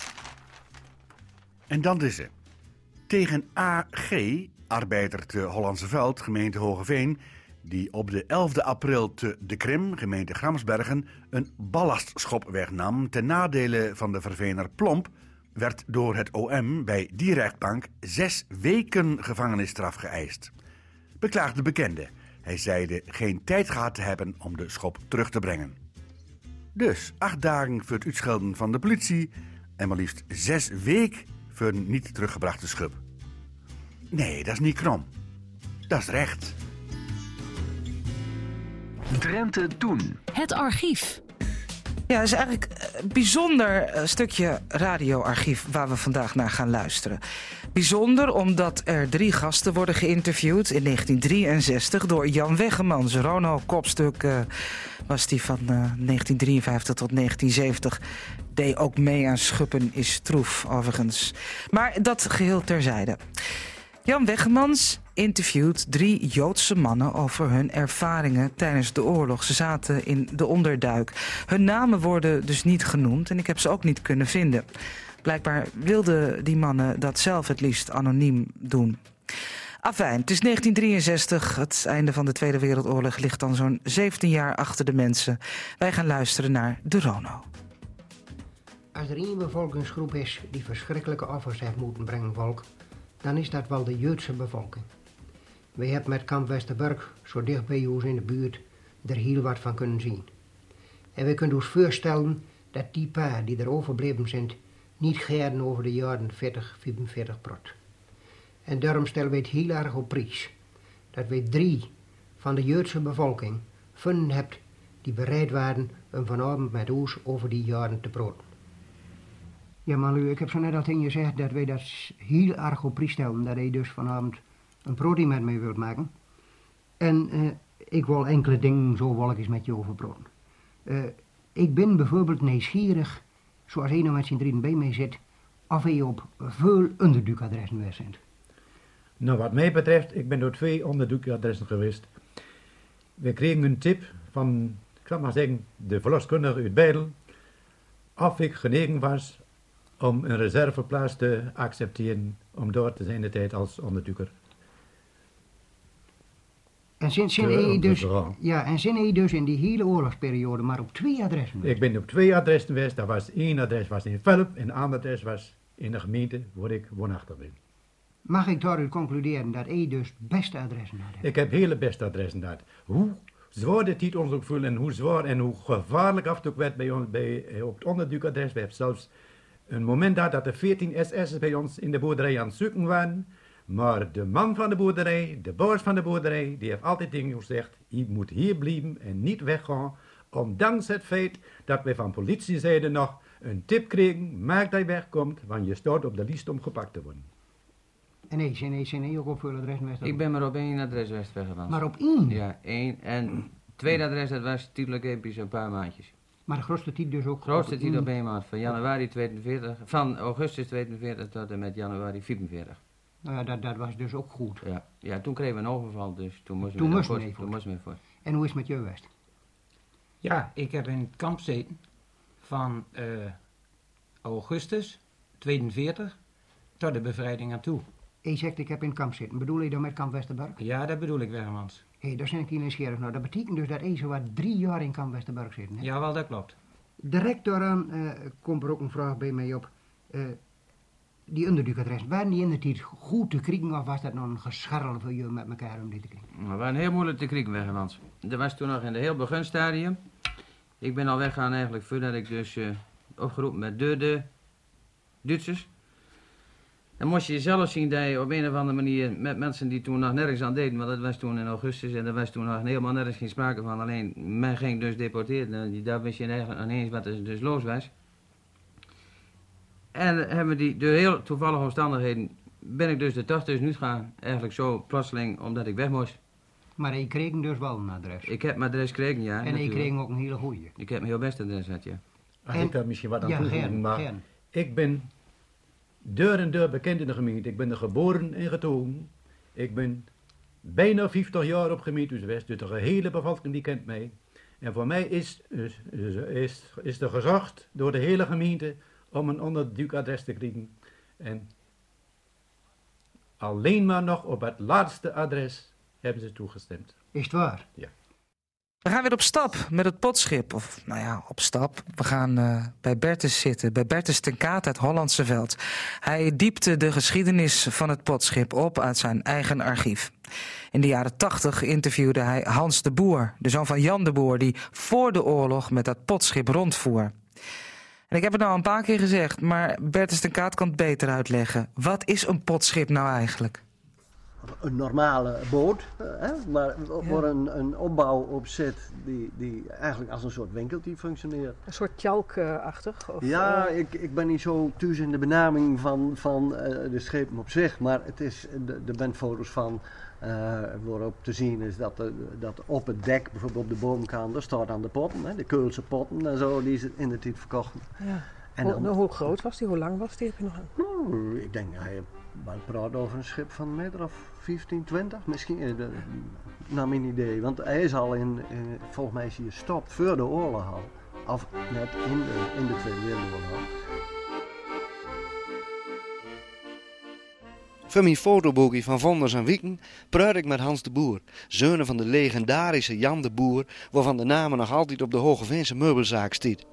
En dan deze. Tegen A G, arbeider te Hollandse Veld, gemeente Hogeveen, die op de elfde april te De Krim, gemeente Gramsbergen, een ballastschop wegnam ten nadele van de vervener Plomp, werd door het O M bij die rechtbank zes weken gevangenisstraf geëist. Beklaagde bekende. Hij zeide geen tijd gehad te hebben om de schop terug te brengen. Dus acht dagen voor het uitschelden van de politie en maar liefst zes weken voor een niet teruggebrachte schub. Nee, dat is niet krom. Dat is recht. Drenthe Toen. Het archief. Ja, het is eigenlijk een bijzonder stukje radioarchief waar we vandaag naar gaan luisteren. Bijzonder omdat er drie gasten worden geïnterviewd in negentien drieënzestig door Jan Weggemans. Rono-kopstuk uh, was die van uh, negentien drieënvijftig tot negentien zeventig. Deed ook mee aan Schuppen is Troef, overigens. Maar dat geheel terzijde. Jan Weggemans interviewt drie Joodse mannen over hun ervaringen tijdens de oorlog. Ze zaten in de onderduik. Hun namen worden dus niet genoemd en ik heb ze ook niet kunnen vinden. Blijkbaar wilden die mannen dat zelf het liefst anoniem doen. Afijn, het is negentien drieënzestig, het einde van de Tweede Wereldoorlog ligt dan zo'n zeventien jaar achter de mensen. Wij gaan luisteren naar de Rono. Als er één bevolkingsgroep is die verschrikkelijke offers heeft moeten brengen, volk, dan is dat wel de Joodse bevolking. Wij hebben met kamp Westerburg, zo dicht bij ons in de buurt, er heel wat van kunnen zien. En we kunnen ons voorstellen dat die paar die er overbleven zijn, niet geren over de jaren veertig, vijfenveertig prot. En daarom stellen wij het heel erg op prijs dat wij drie van de Joodse bevolking vinden hebben die bereid waren om vanavond met ons over die jaren te praten. Ja, maar ik heb zo net al tegen je gezegd dat wij dat heel erg op prijs stellen, dat hij dus vanavond een protie met mij wilt maken. En uh, ik wil enkele dingen zo wil ik eens met je over praten. Uh, ik ben bijvoorbeeld nieuwsgierig, zoals hij nou met zijn drieën bij mij zit, of hij op veel onderduikadressen geweest bent. Nou, wat mij betreft, ik ben door twee onderduikadressen geweest. We kregen een tip van, ik zal maar zeggen, de verloskundige uit Beidel, of ik genegen was om een reserveplaats te accepteren om door te zijn de tijd als onderduiker. En zijn, zijn hij dus, ja, en zijn hij dus in die hele oorlogsperiode maar op twee adressen? Ik ben op twee adressen geweest. Dat was één adres was in Velp en een ander adres was in de gemeente waar ik woonachtig ben. Mag ik daaruit concluderen dat hij dus beste adressen had? Ik heb hele beste adressen gehad. Hoe zwaar de tijd ons ook voelde en hoe zwaar en hoe gevaarlijk af en toe werd bij ons bij, op het onderduikadres. We hebben zelfs een moment gehad dat er veertien S S'ers bij ons in de boerderij aan het zoeken waren. Maar de man van de boerderij, de baas van de boerderij, die heeft altijd dingen gezegd: je moet hier blijven en niet weggaan. Ondanks het feit dat we van politiezijde nog een tip kregen, maak dat je wegkomt, want je staat op de lijst om gepakt te worden. En nee, zijn nee, zijn nee ook op veel adressen West? Ik ben maar op één adres West weggegaan. Maar op één? Ja, één. En tweede adres, dat was tijdelijk episch een paar maandjes. Maar de grootste tijd dus ook? Grootste tijd op één maand, van januari tweeënveertig, van augustus tweeënveertig tot en met januari vierenveertig. Nou ja, dat, dat was dus ook goed. Ja, ja, toen kregen we een overval, dus toen moesten Toen we moesten voor. we voor. Toen moesten we voor. En hoe is het met jou West? Ja, ik heb in het kamp gezeten van uh, augustus tweeënveertig tot de bevrijding aan toe. Je zegt ik heb in het kamp zitten. Bedoel je dan met kamp Westerbork? Ja, dat bedoel ik, Wermans. Hé, hey, daar zijn ik hier nieuwsgierig naar. Dat betekent dus dat je zo wat drie jaar in kamp Westerbork zit, hè? Jawel, dat klopt. Direct daaraan uh, komt er ook een vraag bij mij op. Uh, die onderdukadres, waren die in de tijd goed te kriegen of was dat nog een gescharrel voor jullie met elkaar om dit te krijgen? We waren heel moeilijk te kriegen, Wegemans. Dat was toen nog in de heel beginstadium. Ik ben al weggaan eigenlijk voordat ik dus uh, opgeroepen met de, de Duitsers. Dan moest je zelf zien dat je op een of andere manier met mensen die toen nog nergens aan deden, want dat was toen in augustus en er was toen nog helemaal nergens geen sprake van. Alleen men ging dus deporteren, daar wist je eigenlijk nog niet eens wat er dus los was. En hebben we die, door heel toevallige omstandigheden, ben ik dus de tocht dus niet gaan, eigenlijk zo plotseling omdat ik weg moest. Maar je kreeg dus wel een adres? Ik heb mijn adres gekregen, ja. En je kreeg ook een hele goeie? Ik heb mijn heel best adres gehad, ja. Als En- ik daar misschien wat aan Ja, toevoegen gern, mag. gern. Ik ben deur en deur bekend in de gemeente. Ik ben er geboren en getogen. Ik ben bijna vijftig jaar op gemeente West, dus de gehele bevolking die kent mij. En voor mij is, is, is, is er gezocht door de hele gemeente om een onderdukadres te krijgen. En alleen maar nog op het laatste adres hebben ze toegestemd. Is het waar? Ja. We gaan weer op stap met het potschip. Of nou ja, op stap. We gaan uh, bij Bertus zitten. Bij Bertus ten Kaat uit Hollandse Veld. Hij diepte de geschiedenis van het potschip op uit zijn eigen archief. In de jaren tachtig interviewde hij Hans de Boer, de zoon van Jan de Boer, die voor de oorlog met dat potschip rondvoer. En ik heb het nou een paar keer gezegd, maar Bertus ten Kaat kan het beter uitleggen. Wat is een potschip nou eigenlijk? Een normale boot, hè, maar waar een, een opbouw op zit die, die eigenlijk als een soort winkeltje functioneert. Een soort tjalkachtig? Of, Ja, uh... ik, ik ben niet zo thuis in de benaming van, van uh, de schepen op zich, maar het is, er zijn foto's van uh, waarop te zien is dat, de, dat op het dek, bijvoorbeeld op de boomkant, daar staat aan de potten, hè, de Keulse potten en zo, die ze in de tijd verkochten. Ja. En hoe, dan, nou, hoe groot was die? Hoe lang was die? Heb je nog een... nou, ik denk dat je wel praat over een schip van een meter of vijftien, twintig misschien, eh, de, naar mijn idee. Want hij is al in, in volgens mij is hij gestopt voor de oorlog al. Of net in de, in de Tweede Wereldoorlog. Voor mijn fotoboekje van Vonders en Wieken praat ik met Hans de Boer, zoon van de legendarische Jan de Boer, waarvan de naam nog altijd op de Hogeveense meubelzaak staat.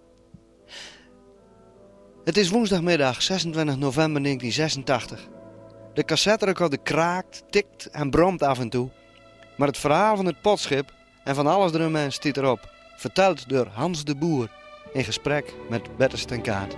Het is woensdagmiddag zesentwintig november negentien zesentachtig. De cassetterecorder kraakt, tikt en bromt af en toe. Maar het verhaal van het potschip en van alles eromheen staat erop. Verteld door Hans de Boer in gesprek met Bertus ten Kaat.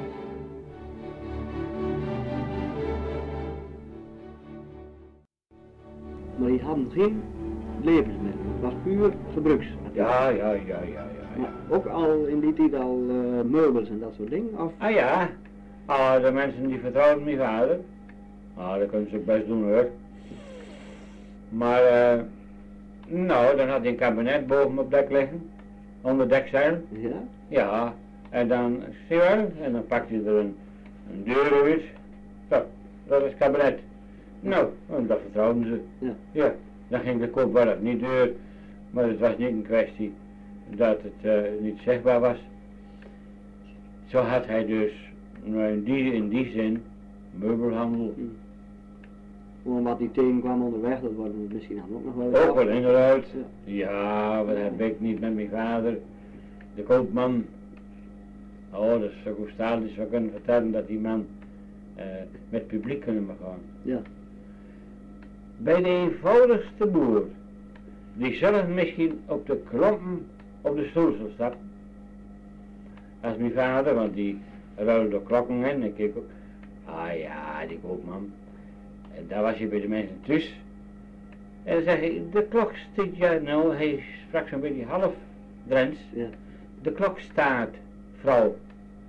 Maar die hadden geen levensmiddelen, het was puur gebruiks. Ja, ja, ja, ja, ja. Maar ook al in die tijd al uh, meubels en dat soort dingen? Of? Ah ja, ah, de mensen die vertrouwden mijn vader. Ah, dat kunnen ze ook best doen hoor. Maar, uh, nou, dan had hij een kabinet boven op dek liggen, onder dekzeil. Ja? Ja, en dan, zie je wel, en dan pakte hij er een, een deur uit. Zo, dat is het kabinet. Nou, en dat vertrouwden ze. Ja. Ja, dan ging de koopwerk niet deur, maar het was niet een kwestie dat het uh, niet zichtbaar was. Zo had hij dus, nou in, die, in die zin, meubelhandel. Hm. Gewoon wat die tegenkwam onderweg, dat worden we misschien ook nog wel... Ook wel inderdaad. Ja, ja, wat heb ik niet met mijn vader. De koopman. Oh, dat is zo goed staal, dus we kunnen vertellen dat die man uh, met publiek kunnen begaan. Ja. Bij de eenvoudigste boer, die zelf misschien op de klompen op de stoel zou stappen. Als mijn vader, want die ruilde klokken in en ik keek ook. Ah ja, die koopman. En daar was hij bij de mensen thuis. En dan zeg ik, de klok staat, ja nou, hij sprak zo'n beetje half Drents. Ja. De klok staat, vrouw.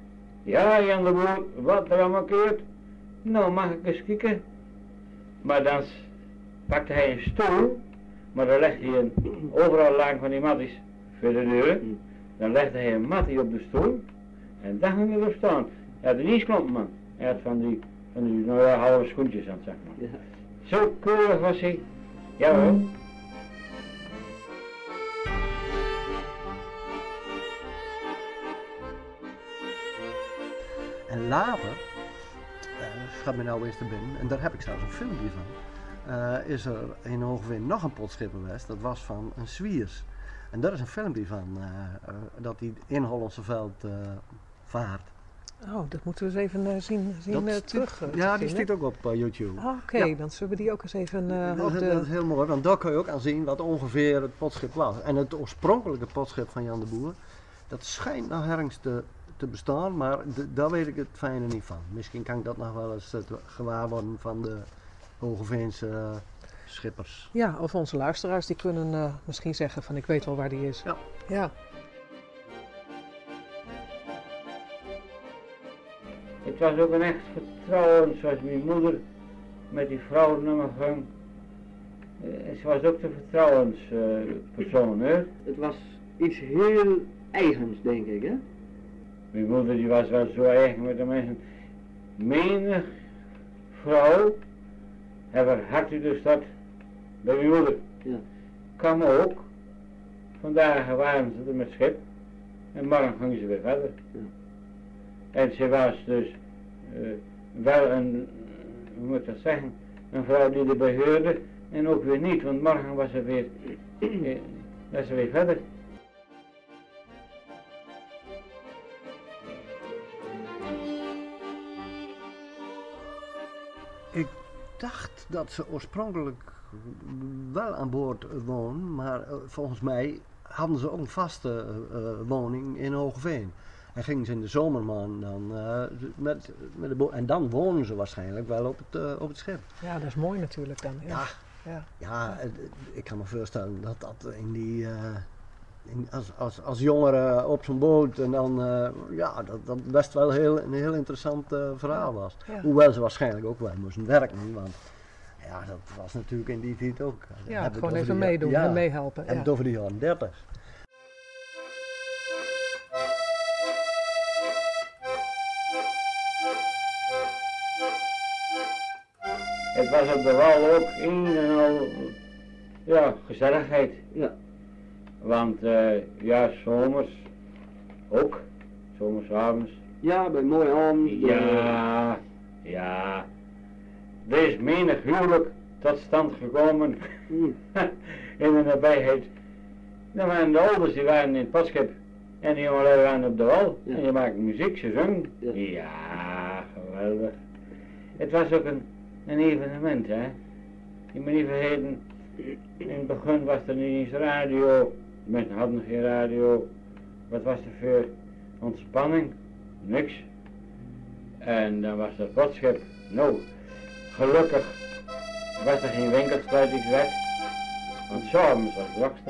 Ja, Jan de Boer, wat er allemaal keert. Nou, mag ik eens kijken? Maar dan pakte hij een stoel, maar dan legde hij een, overal lang van die matties voor de deur. Dan legde hij een mattie op de stoel en dan ging hij erop staan. Hij had er niet klompen, man. Hij had van die, van die nou ja, halve schoentjes aan, zeg maar. Ja. Zo keurig was hij. Jawel. En later, uh, gaat me nou eens te binnen, en daar heb ik zelfs een filmpje van, uh, is er in Hoogeveen nog een potschip geweest, dat was van een Zwiers. En daar is een filmpje van, uh, uh, dat hij in Hollandse Veld uh, vaart. Oh, dat moeten we eens even uh, zien, zien uh, terug. Uh, ja, die staat ook op uh, YouTube. Oh, Oké, okay. ja. Dan zullen we die ook eens even uh, dat, op de... dat is heel mooi, want daar kun je ook aan zien wat ongeveer het potschip was. En het oorspronkelijke potschip van Jan de Boer, dat schijnt nog ergens te, te bestaan, maar de, daar weet ik het fijne niet van. Misschien kan ik dat nog wel eens het gewaar worden van de Hoogeveense uh, schippers. Ja, of onze luisteraars, die kunnen uh, misschien zeggen van ik weet wel waar die is. Ja. ja. Het was ook een echt vertrouwen, zoals mijn moeder met die vrouw nummer ging. Ze was ook de vertrouwenspersoon, uh, hè? Het was iets heel eigens, denk ik, hè? Mijn moeder die was wel zo eigen met de mensen. Menig vrouw hebben hart in de stad bij mijn moeder. Ja. Kwam ook. Vandaag waren ze er met schip en morgen gingen ze weer verder. Ja. En ze was dus uh, wel een, hoe moet ik dat zeggen, een vrouw die erbij hoorde en ook weer niet, want morgen was ze weer, uh, was ze weer verder. Ik dacht dat ze oorspronkelijk wel aan boord wonen, maar uh, volgens mij hadden ze ook een vaste uh, woning in Hoogeveen. En gingen ze in de zomermaand dan uh, met, met de boot. En dan wonen ze waarschijnlijk wel op het, uh, op het schip. Ja, dat is mooi natuurlijk dan. Ja, ja, ja. ja uh, ik kan me voorstellen dat dat in die, uh, in, als, als, als jongere op zo'n boot en dan, uh, ja, dat, dat best wel heel, een heel interessant uh, verhaal was. Ja. Hoewel ze waarschijnlijk ook wel moesten werken, want ja, dat was natuurlijk in die tijd ook. Ja, gewoon even meedoen ja, en meehelpen. En ja. het over de jaren dertig. Het was op de wal ook een en al, ja, gezelligheid. Ja. Want uh, ja, zomers ook, zomersavonds. Ja, bij mooie avond. Ja, ja. Er is menig huwelijk tot stand gekomen mm. in de nabijheid. Dan waren de ouders die waren in het potschip en die jongelui waren op de wal. Ja. En je maakte muziek, ze zong. Ja. ja, geweldig. Het was ook een Een evenement, hè. Je moet niet vergeten, in het begin was er niet eens radio. Mensen hadden nog geen radio. Wat was er voor ontspanning? Niks. En dan was er potschip. Nou, gelukkig was er geen winkelsluitingswet. Want s'avonds was het drukste.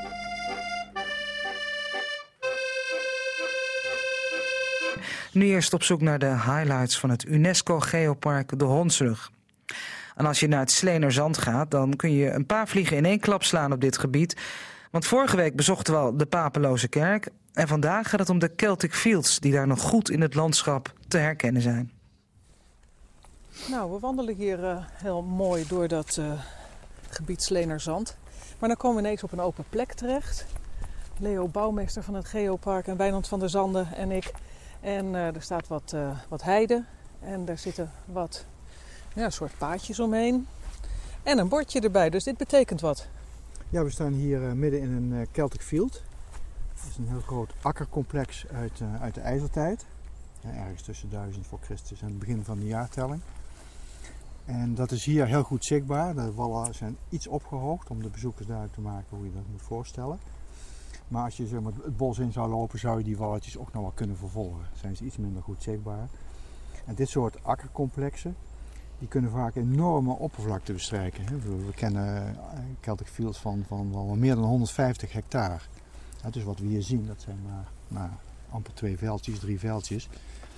Nu eerst op zoek naar de highlights van het UNESCO-geopark De Hondsrug. En als je naar het Sleenerzand gaat, dan kun je een paar vliegen in één klap slaan op dit gebied. Want vorige week bezochten we al de Papeloze Kerk. En vandaag gaat het om de Celtic Fields, die daar nog goed in het landschap te herkennen zijn. Nou, we wandelen hier uh, heel mooi door dat uh, gebied Sleenerzand. Maar dan komen we ineens op een open plek terecht. Leo, bouwmeester van het Geopark, en Wijnand van der Zanden en ik. En uh, er staat wat, uh, wat heide. En daar zitten wat ja, soort paadjes omheen. En een bordje erbij, dus dit betekent wat. Ja, we staan hier uh, midden in een uh, Celtic Field. Dat is een heel groot akkercomplex uit, uh, uit de ijzertijd. Ja, ergens tussen duizend voor Christus en het begin van de jaartelling. En dat is hier heel goed zichtbaar. De wallen zijn iets opgehoogd om de bezoekers duidelijk te maken hoe je dat moet voorstellen. Maar als je zeg maar, het bos in zou lopen, zou je die walletjes ook nog wel kunnen vervolgen. Dan zijn ze iets minder goed zichtbaar. En dit soort akkercomplexen, die kunnen vaak enorme oppervlakte bestrijken. We kennen Celtic Fields van, van wel meer dan honderdvijftig hectare. Ja, dus wat we hier zien, dat zijn maar, maar amper twee veldjes, drie veldjes.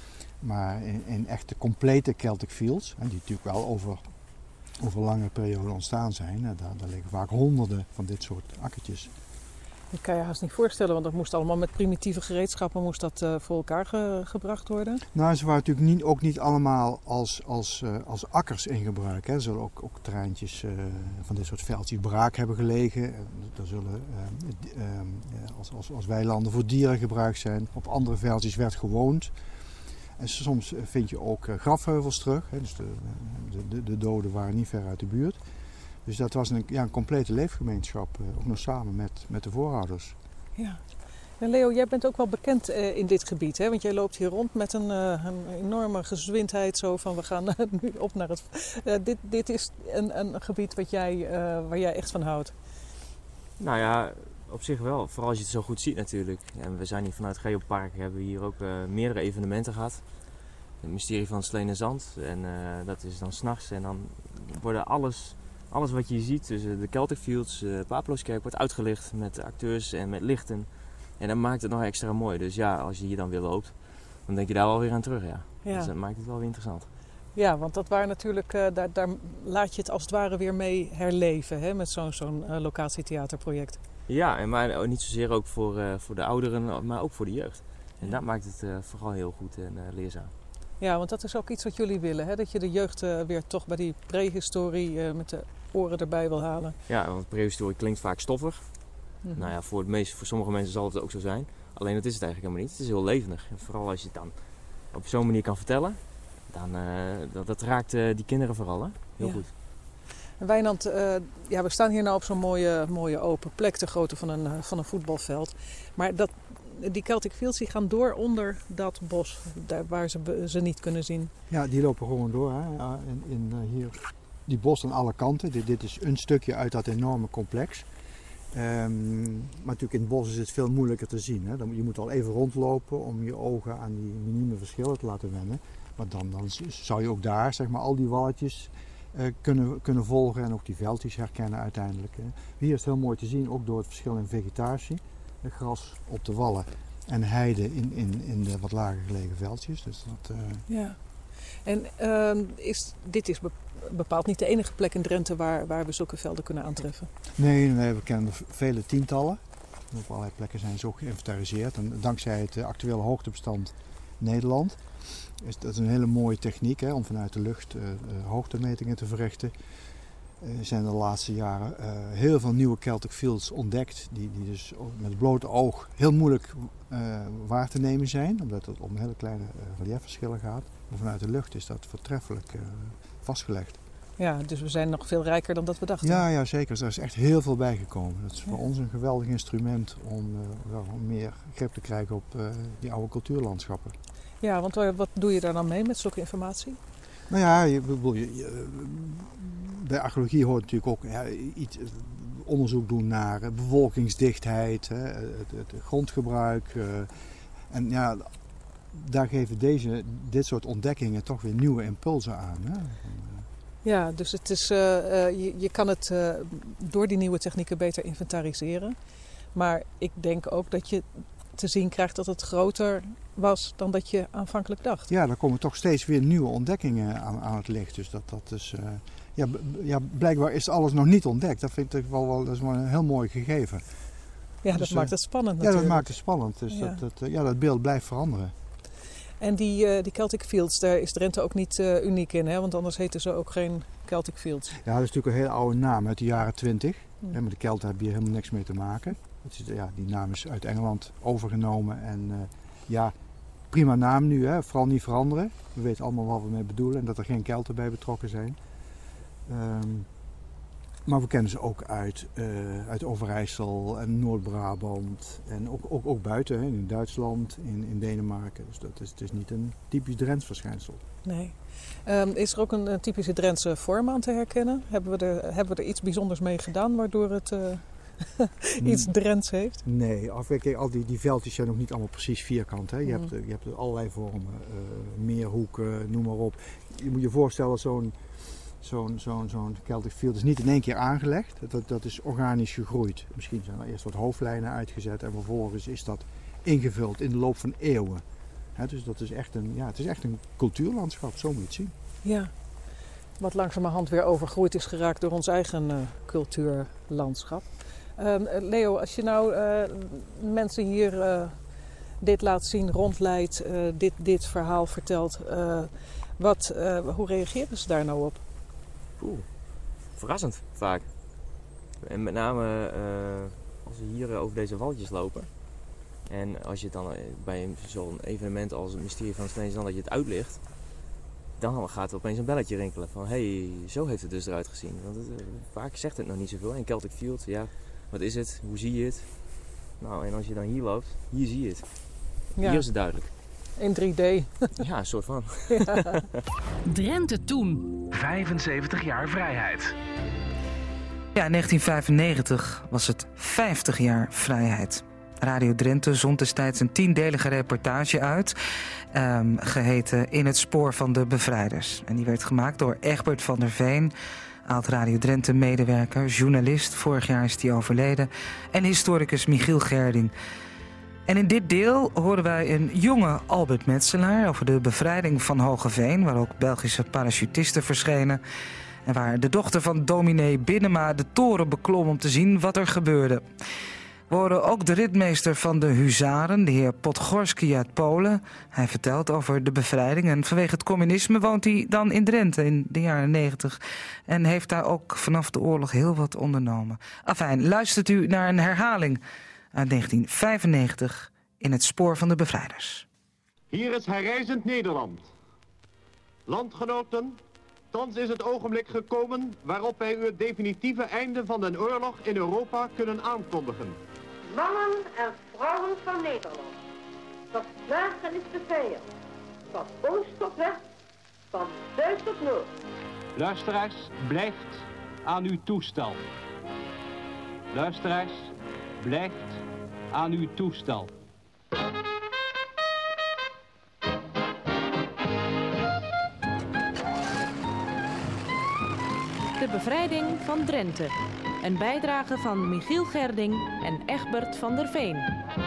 Maar in, in echte complete Celtic fields, hè, die natuurlijk wel over, over lange perioden ontstaan zijn, hè, daar, daar liggen vaak honderden van dit soort akkertjes. Dat kan je haast niet voorstellen, want dat moest allemaal met primitieve gereedschappen moest dat, uh, voor elkaar ge, gebracht worden. Nou, ze waren natuurlijk niet, ook niet allemaal als, als, uh, als akkers in gebruik. Hè. Er zullen ook, ook terreintjes uh, van dit soort veldjes braak hebben gelegen. Er zullen uh, uh, als, als, als weilanden voor dieren gebruikt zijn. Op andere veldjes werd gewoond. En soms vind je ook uh, grafheuvels terug. Hè. Dus de, de, de doden waren niet ver uit de buurt. Dus dat was een, ja, een complete leefgemeenschap, ook nog samen met, met de voorouders. Ja. En Leo, jij bent ook wel bekend uh, in dit gebied, hè? Want jij loopt hier rond met een, uh, een enorme gezwindheid, zo van we gaan uh, nu op naar het... Uh, dit, dit is een, een gebied wat jij, uh, waar jij echt van houdt. Nou ja, op zich wel. Vooral als je het zo goed ziet natuurlijk. En we zijn hier vanuit Geopark, hebben we hier ook uh, meerdere evenementen gehad. Het mysterie van het Sleene Zand. En uh, dat is dan 's nachts en dan worden alles... Alles wat je ziet, dus de Celtic Fields, uh, Paaplooskerk, wordt uitgelicht met acteurs en met lichten. En dat maakt het nog extra mooi. Dus ja, als je hier dan weer loopt, dan denk je daar wel weer aan terug. Ja. Ja. Dus dat maakt het wel weer interessant. Ja, want dat waren natuurlijk, uh, daar, daar laat je het als het ware weer mee herleven, hè, met zo'n zo'n uh, locatietheaterproject. Ja, en maar niet zozeer ook voor, uh, voor de ouderen, maar ook voor de jeugd. En dat maakt het uh, vooral heel goed en uh, leerzaam. Ja, want dat is ook iets wat jullie willen, hè? Dat je de jeugd uh, weer toch bij die prehistorie uh, met de oren erbij wil halen. Ja, want prehistorie klinkt vaak stoffig. Mm-hmm. Nou ja, voor, het meeste, voor sommige mensen zal het ook zo zijn. Alleen dat is het eigenlijk helemaal niet. Het is heel levendig. En vooral als je het dan op zo'n manier kan vertellen, dan uh, dat, dat raakt uh, die kinderen vooral, hè? Heel ja. goed. En Wijnand, uh, ja, we staan hier nou op zo'n mooie, mooie open plek, de grootte van een, van een voetbalveld. Maar dat... Die Celtic Fields die gaan door onder dat bos, daar waar ze ze niet kunnen zien. Ja, die lopen gewoon door. Hè. In, in, uh, hier, die bos aan alle kanten. Dit, dit is een stukje uit dat enorme complex. Um, maar natuurlijk in het bos is het veel moeilijker te zien. Hè. Dan, je moet al even rondlopen om je ogen aan die minieme verschillen te laten wennen. Maar dan, dan zou je ook daar zeg maar, al die walletjes uh, kunnen, kunnen volgen en ook die veldjes herkennen uiteindelijk. Hè. Hier is het heel mooi te zien, ook door het verschil in vegetatie. Gras op de wallen en heide in, in, in de wat lager gelegen veldjes. Dus dat, uh... Ja, en uh, is, dit is bepaald niet de enige plek in Drenthe waar, waar we zulke velden kunnen aantreffen? Nee, we kennen er vele tientallen. Op allerlei plekken zijn ze ook geïnventariseerd. En dankzij het actuele hoogtebestand Nederland is dat een hele mooie techniek, hè, om vanuit de lucht uh, hoogtemetingen te verrichten. Er zijn de laatste jaren uh, heel veel nieuwe Celtic Fields ontdekt, die, die dus met het blote oog heel moeilijk uh, waar te nemen zijn, omdat het om hele kleine uh, reliefverschillen gaat. Maar vanuit de lucht is dat voortreffelijk uh, vastgelegd. Ja, dus we zijn nog veel rijker dan dat we dachten. Ja, ja zeker. Er is echt heel veel bijgekomen. Dat is voor ja. ons een geweldig instrument om, uh, wel, om meer grip te krijgen op uh, die oude cultuurlandschappen. Ja, want wat doe je daar dan mee met zulke informatie? Nou ja, je, je, je, bij archeologie hoort natuurlijk ook ja, iets, onderzoek doen naar bevolkingsdichtheid, hè, het, het grondgebruik. Uh, en ja, daar geven deze, dit soort ontdekkingen toch weer nieuwe impulsen aan. Hè. Ja, dus het is, uh, uh, je, je kan het uh, door die nieuwe technieken beter inventariseren. Maar ik denk ook dat je te zien krijgt dat het groter was dan dat je aanvankelijk dacht. Ja, er komen toch steeds weer nieuwe ontdekkingen aan, aan het licht. Dus dat, dat is, uh, ja, b- ja, blijkbaar is alles nog niet ontdekt. Dat vind ik wel, wel, dat is wel een heel mooi gegeven. Ja, dus, dat uh, maakt het spannend natuurlijk. Ja, dat maakt het spannend. Dus ja. dat, dat, uh, ja, dat beeld blijft veranderen. En die, uh, die Celtic Fields, daar is Drenthe ook niet uh, uniek in, hè? Want anders heten ze ook geen Celtic Fields. Ja, dat is natuurlijk een hele oude naam uit de jaren twintig. Mm. Ja, met de Kelten heb je helemaal niks mee te maken. Het is, ja, die naam is uit Engeland overgenomen en uh, ja, prima naam nu, hè? Vooral niet veranderen. We weten allemaal wat we mee bedoelen en dat er geen Kelten bij betrokken zijn. Um, maar we kennen ze ook uit, uh, uit Overijssel en Noord-Brabant en ook, ook, ook buiten, hè? In Duitsland, in, in Denemarken. Dus dat is, het is niet een typisch Drents verschijnsel. Nee. Um, is er ook een, een typische Drentse vorm aan te herkennen? Hebben we er, hebben we er iets bijzonders mee gedaan waardoor het uh, iets Drents heeft? Nee, kijk, al die, die veldjes zijn nog niet allemaal precies vierkant. Hè? Je, mm. hebt, je hebt allerlei vormen, uh, meerhoeken, noem maar op. Je moet je voorstellen, zo'n zo'n zo'n zo'n Celtic Field is niet in één keer aangelegd. Dat, dat is organisch gegroeid. Misschien zijn er eerst wat hoofdlijnen uitgezet en vervolgens is dat ingevuld in de loop van eeuwen. He, dus dat is echt een, ja, het is echt een cultuurlandschap, zo moet je het zien. Ja, wat langzamerhand weer overgroeid is geraakt door ons eigen uh, cultuurlandschap. Uh, Leo, als je nou uh, mensen hier uh, dit laat zien, rondleidt, uh, dit, dit verhaal vertelt, uh, wat, uh, hoe reageren ze daar nou op? Oeh, verrassend vaak. En met name uh, als we hier uh, over deze waldjes lopen. En als je het dan uh, bij zo'n evenement als het Mysterie van Sleen en Zand dat je het uitlicht, dan gaat er opeens een belletje rinkelen van hé, hey, zo heeft het dus eruit gezien. Want het, uh, vaak zegt het nog niet zoveel. En Celtic Field, ja, wat is het? Hoe zie je het? Nou, en als je dan hier loopt, hier zie je het. Ja. Hier is het duidelijk. In drie D. Ja, een soort van. Ja. Drenthe toen. vijfenzeventig jaar vrijheid. Ja, in negentien vijfennegentig was het vijftig jaar vrijheid. Radio Drenthe zond destijds een tiendelige reportage uit, um, geheten In het spoor van de bevrijders. En die werd gemaakt door Egbert van der Veen, oud Radio Drenthe medewerker, journalist, vorig jaar is hij overleden, en historicus Michiel Gerding. En in dit deel horen wij een jonge Albert Metselaar over de bevrijding van Hoogeveen, waar ook Belgische parachutisten verschenen. En waar de dochter van dominee Binnenma de toren beklom om te zien wat er gebeurde. We horen ook de ritmeester van de huzaren, de heer Podgorski uit Polen. Hij vertelt over de bevrijding en vanwege het communisme woont hij dan in Drenthe in de jaren negentig. En heeft daar ook vanaf de oorlog heel wat ondernomen. Afijn, luistert u naar een herhaling uit negentien vijfennegentig in het spoor van de bevrijders. Hier is herrijzend Nederland. Landgenoten, thans is het ogenblik gekomen waarop wij u het definitieve einde van de oorlog in Europa kunnen aankondigen. Mannen en vrouwen van Nederland, verslagen is de vijand, van oost tot west, van zuid tot noord. Luisteraars, blijft aan uw toestel. Luisteraars, blijft aan uw toestel. De bevrijding van Drenthe. Een bijdrage van Michiel Gerding en Egbert van der Veen.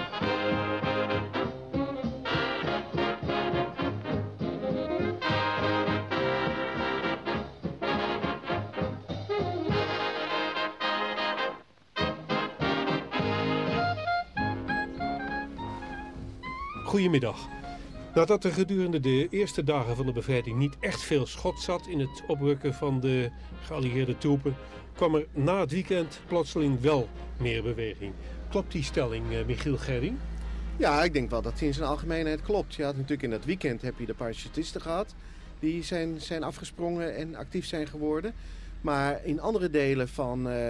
Goedemiddag. Nadat er gedurende de eerste dagen van de bevrijding niet echt veel schot zat in het oprukken van de geallieerde troepen, kwam er na het weekend plotseling wel meer beweging. Klopt die stelling, uh, Michiel Gerding? Ja, ik denk wel dat die in zijn algemeenheid klopt. Je had natuurlijk in dat weekend heb je de parachutisten gehad. Die zijn, zijn afgesprongen en actief zijn geworden. Maar in andere delen van, uh,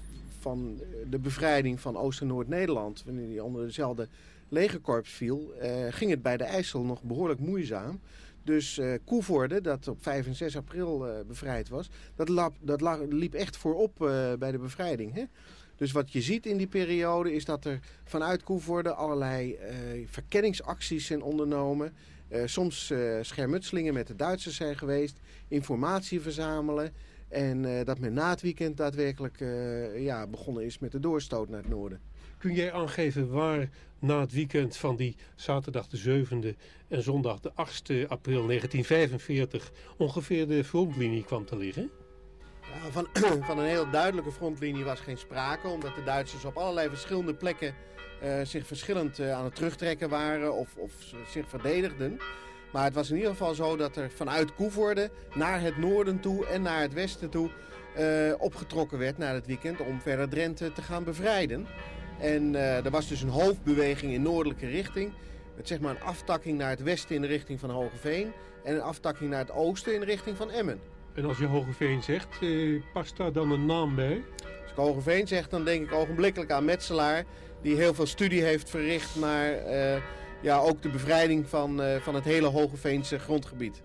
van de bevrijding van Oost- en Noord-Nederland, wanneer die onder dezelfde legerkorps viel, uh, ging het bij de IJssel nog behoorlijk moeizaam. Dus uh, Koevoorde, dat op vijf en zes april uh, bevrijd was, dat, lap, dat la, liep echt voorop uh, bij de bevrijding. Hè? Dus wat je ziet in die periode is dat er vanuit Koevoorde allerlei uh, verkenningsacties zijn ondernomen. Uh, soms uh, schermutselingen met de Duitsers zijn geweest, informatie verzamelen. En uh, dat men na het weekend daadwerkelijk uh, ja, begonnen is met de doorstoot naar het noorden. Kun jij aangeven waar na het weekend van die zaterdag de zevende en zondag de achtste april negentien vijfenveertig ongeveer de frontlinie kwam te liggen? Ja, van, van een heel duidelijke frontlinie was geen sprake, omdat de Duitsers op allerlei verschillende plekken uh, zich verschillend uh, aan het terugtrekken waren of, of zich verdedigden. Maar het was in ieder geval zo dat er vanuit Koevoorde naar het noorden toe en naar het westen toe uh, opgetrokken werd na het weekend om verder Drenthe te gaan bevrijden. En uh, er was dus een hoofdbeweging in noordelijke richting. Met zeg maar een aftakking naar het westen in de richting van Hoogeveen. En een aftakking naar het oosten in de richting van Emmen. En als je Hoogeveen zegt, eh, past daar dan een naam bij? Als ik Hoogeveen zeg, dan denk ik ogenblikkelijk aan Metselaar. Die heel veel studie heeft verricht naar uh, ja, ook de bevrijding van, uh, van het hele Hoogeveense grondgebied.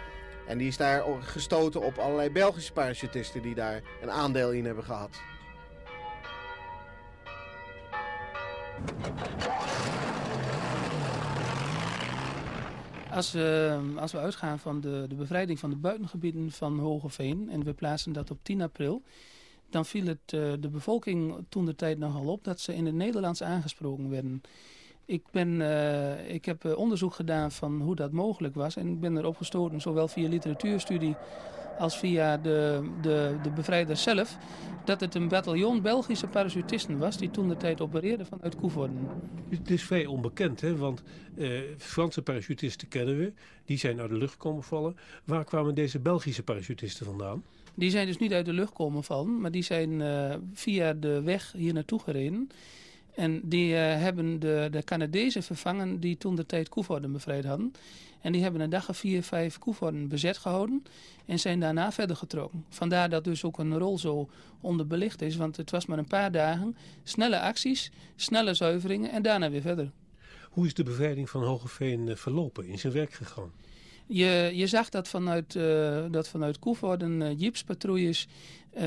En die is daar gestoten op allerlei Belgische parachutisten die daar een aandeel in hebben gehad. Als, uh, als we uitgaan van de, de bevrijding van de buitengebieden van Hoogeveen en we plaatsen dat op tien april, dan viel het uh, de bevolking toen de tijd nogal op dat ze in het Nederlands aangesproken werden. Ik, ben, uh, ik heb uh, onderzoek gedaan van hoe dat mogelijk was. En ik ben erop gestoten, zowel via literatuurstudie als via de, de, de bevrijders zelf, dat het een bataljon Belgische parachutisten was die toen de tijd opereerden vanuit Koevoorden. Het is vrij onbekend, hè? Want uh, Franse parachutisten kennen we. Die zijn uit de lucht komen vallen. Waar kwamen deze Belgische parachutisten vandaan? Die zijn dus niet uit de lucht komen vallen, maar die zijn uh, via de weg hier naartoe gereden. En die uh, hebben de, de Canadezen vervangen die toen de tijd Koevoorden bevrijd hadden. En die hebben een dag of vier, vijf Koevoorden bezet gehouden en zijn daarna verder getrokken. Vandaar dat dus ook een rol zo onderbelicht is, want het was maar een paar dagen. Snelle acties, snelle zuiveringen en daarna weer verder. Hoe is de bevrijding van Hoogeveen verlopen, in zijn werk gegaan? Je, je zag dat vanuit, uh, dat vanuit Koevoorden uh, jeepspatrouilles uh,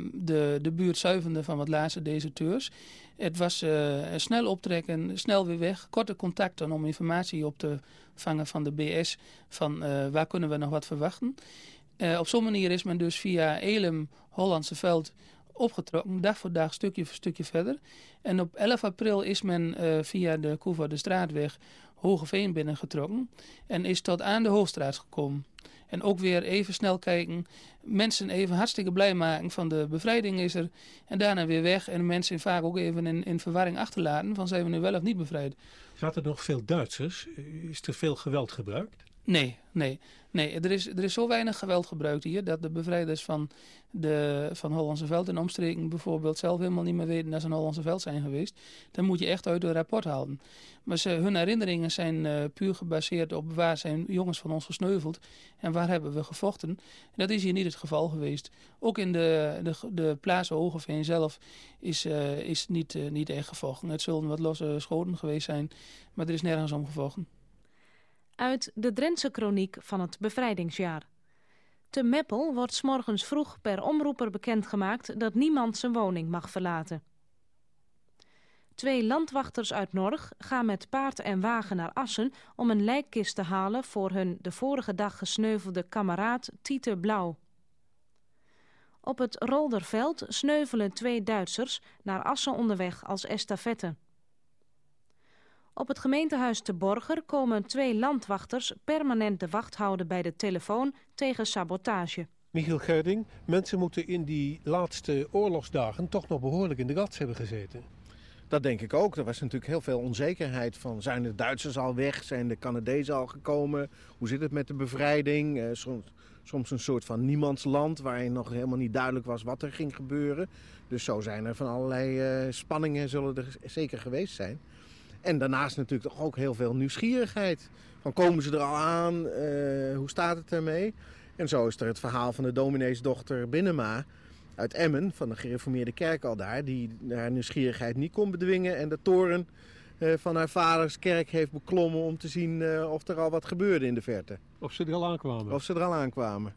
de, de buurt zuiverden van wat laatste deserteurs. Het was uh, snel optrekken, snel weer weg, korte contacten om informatie op te vangen van de B S van uh, waar kunnen we nog wat verwachten. Uh, op zo'n manier is men dus via Elim, Hollandse Veld opgetrokken, dag voor dag, stukje voor stukje verder. En op elf april is men uh, via de Koevoordenstraatweg Hoogeveen binnengetrokken en is tot aan de Hoogstraat gekomen. En ook weer even snel kijken, mensen even hartstikke blij maken van de bevrijding is er. En daarna weer weg en mensen vaak ook even in, in verwarring achterlaten van zijn we nu wel of niet bevrijd. Zaten er nog veel Duitsers? Is er veel geweld gebruikt? Nee, nee. nee. Er, is, er is zo weinig geweld gebruikt hier dat de bevrijders van, de, van Hollandse Veld en omstreken bijvoorbeeld zelf helemaal niet meer weten dat ze een Hollandse Veld zijn geweest. Dan moet je echt uit een rapport halen. Maar ze, hun herinneringen zijn uh, puur gebaseerd op waar zijn jongens van ons gesneuveld en waar hebben we gevochten. En dat is hier niet het geval geweest. Ook in de, de, de plaats Hoogeveen zelf is, uh, is niet, uh, niet echt gevochten. Het zullen wat losse schoten geweest zijn, maar er is nergens om gevochten. Uit de Drentse kroniek van het bevrijdingsjaar. Te Meppel wordt 's morgens vroeg per omroeper bekendgemaakt dat niemand zijn woning mag verlaten. Twee landwachters uit Norg gaan met paard en wagen naar Assen om een lijkkist te halen voor hun de vorige dag gesneuvelde kameraad Tiete Blauw. Op het Rolderveld sneuvelen twee Duitsers naar Assen onderweg als estafette. Op het gemeentehuis te Borger komen twee landwachters permanent de wacht houden bij de telefoon tegen sabotage. Michiel Gerding, mensen moeten in die laatste oorlogsdagen toch nog behoorlijk in de gat hebben gezeten. Dat denk ik ook. Er was natuurlijk heel veel onzekerheid van, zijn de Duitsers al weg, zijn de Canadezen al gekomen, hoe zit het met de bevrijding? Uh, soms, soms een soort van niemandsland waarin nog helemaal niet duidelijk was wat er ging gebeuren. Dus zo zijn er van allerlei uh, spanningen zullen er zeker geweest zijn. En daarnaast natuurlijk toch ook heel veel nieuwsgierigheid. Van komen ze er al aan? Uh, hoe staat het ermee? En zo is er het verhaal van de domineesdochter Binnenma uit Emmen, van de gereformeerde kerk al daar, die haar nieuwsgierigheid niet kon bedwingen en de toren uh, van haar vaders kerk heeft beklommen om te zien uh, of er al wat gebeurde in de verte. Of ze er al aankwamen. Of ze er al aankwamen.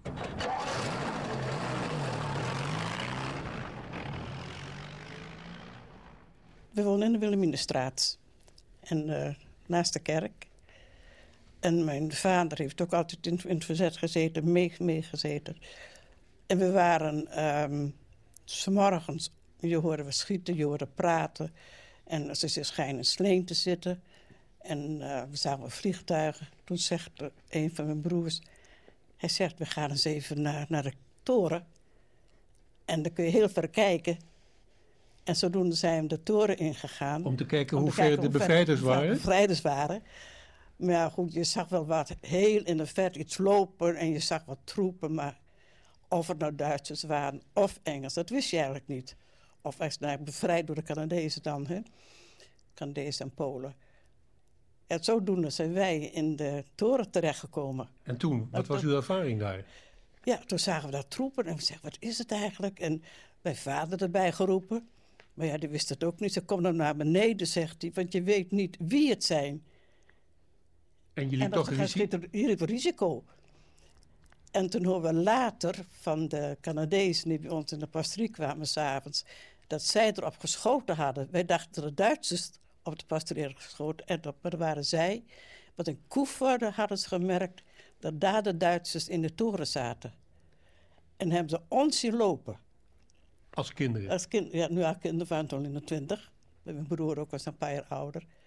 We wonen in de Wilhelminastraat. En uh, naast de kerk. En mijn vader heeft ook altijd in, in het verzet gezeten, meegezeten. Mee en we waren um, 's morgens, je hoorde we schieten, je hoorde praten. En ze schijnen sleen te zitten. En uh, we zagen vliegtuigen. Toen zegt een van mijn broers, hij zegt, we gaan eens even naar, naar de toren. En dan kun je heel ver kijken. En zodoende zijn we de toren ingegaan. Om te kijken om hoe te ver kijken de hoe bevrijders ver, waren? De bevrijders waren. Maar ja, goed, je zag wel wat heel in de verte iets lopen en je zag wat troepen. Maar of het nou Duitsers waren of Engels, dat wist je eigenlijk niet. Of echt nou, bevrijd door de Canadezen dan, hè? Canadezen en Polen. En zodoende zijn wij in de toren terechtgekomen. En toen, wat was uw ervaring daar? Ja, toen zagen we dat troepen en we zeiden, wat is het eigenlijk? En mijn vader erbij geroepen. Maar ja, die wist het ook niet. Ze komt dan naar beneden, zegt hij, want je weet niet wie het zijn. En jullie toch een risico? Jullie hebben risico. En toen hoorden we later van de Canadezen die bij ons in de pastorie kwamen s'avonds, dat zij erop geschoten hadden. Wij dachten dat de Duitsers op de pastorie hadden geschoten. En dat, maar dat waren zij. Want in Koevoorde hadden ze gemerkt dat daar de Duitsers in de toren zaten. En hebben ze ons zien lopen. Als kinderen? Als kind, ja, nu als kinderen waren toen in de twintig. Mijn broer ook was een paar jaar ouder.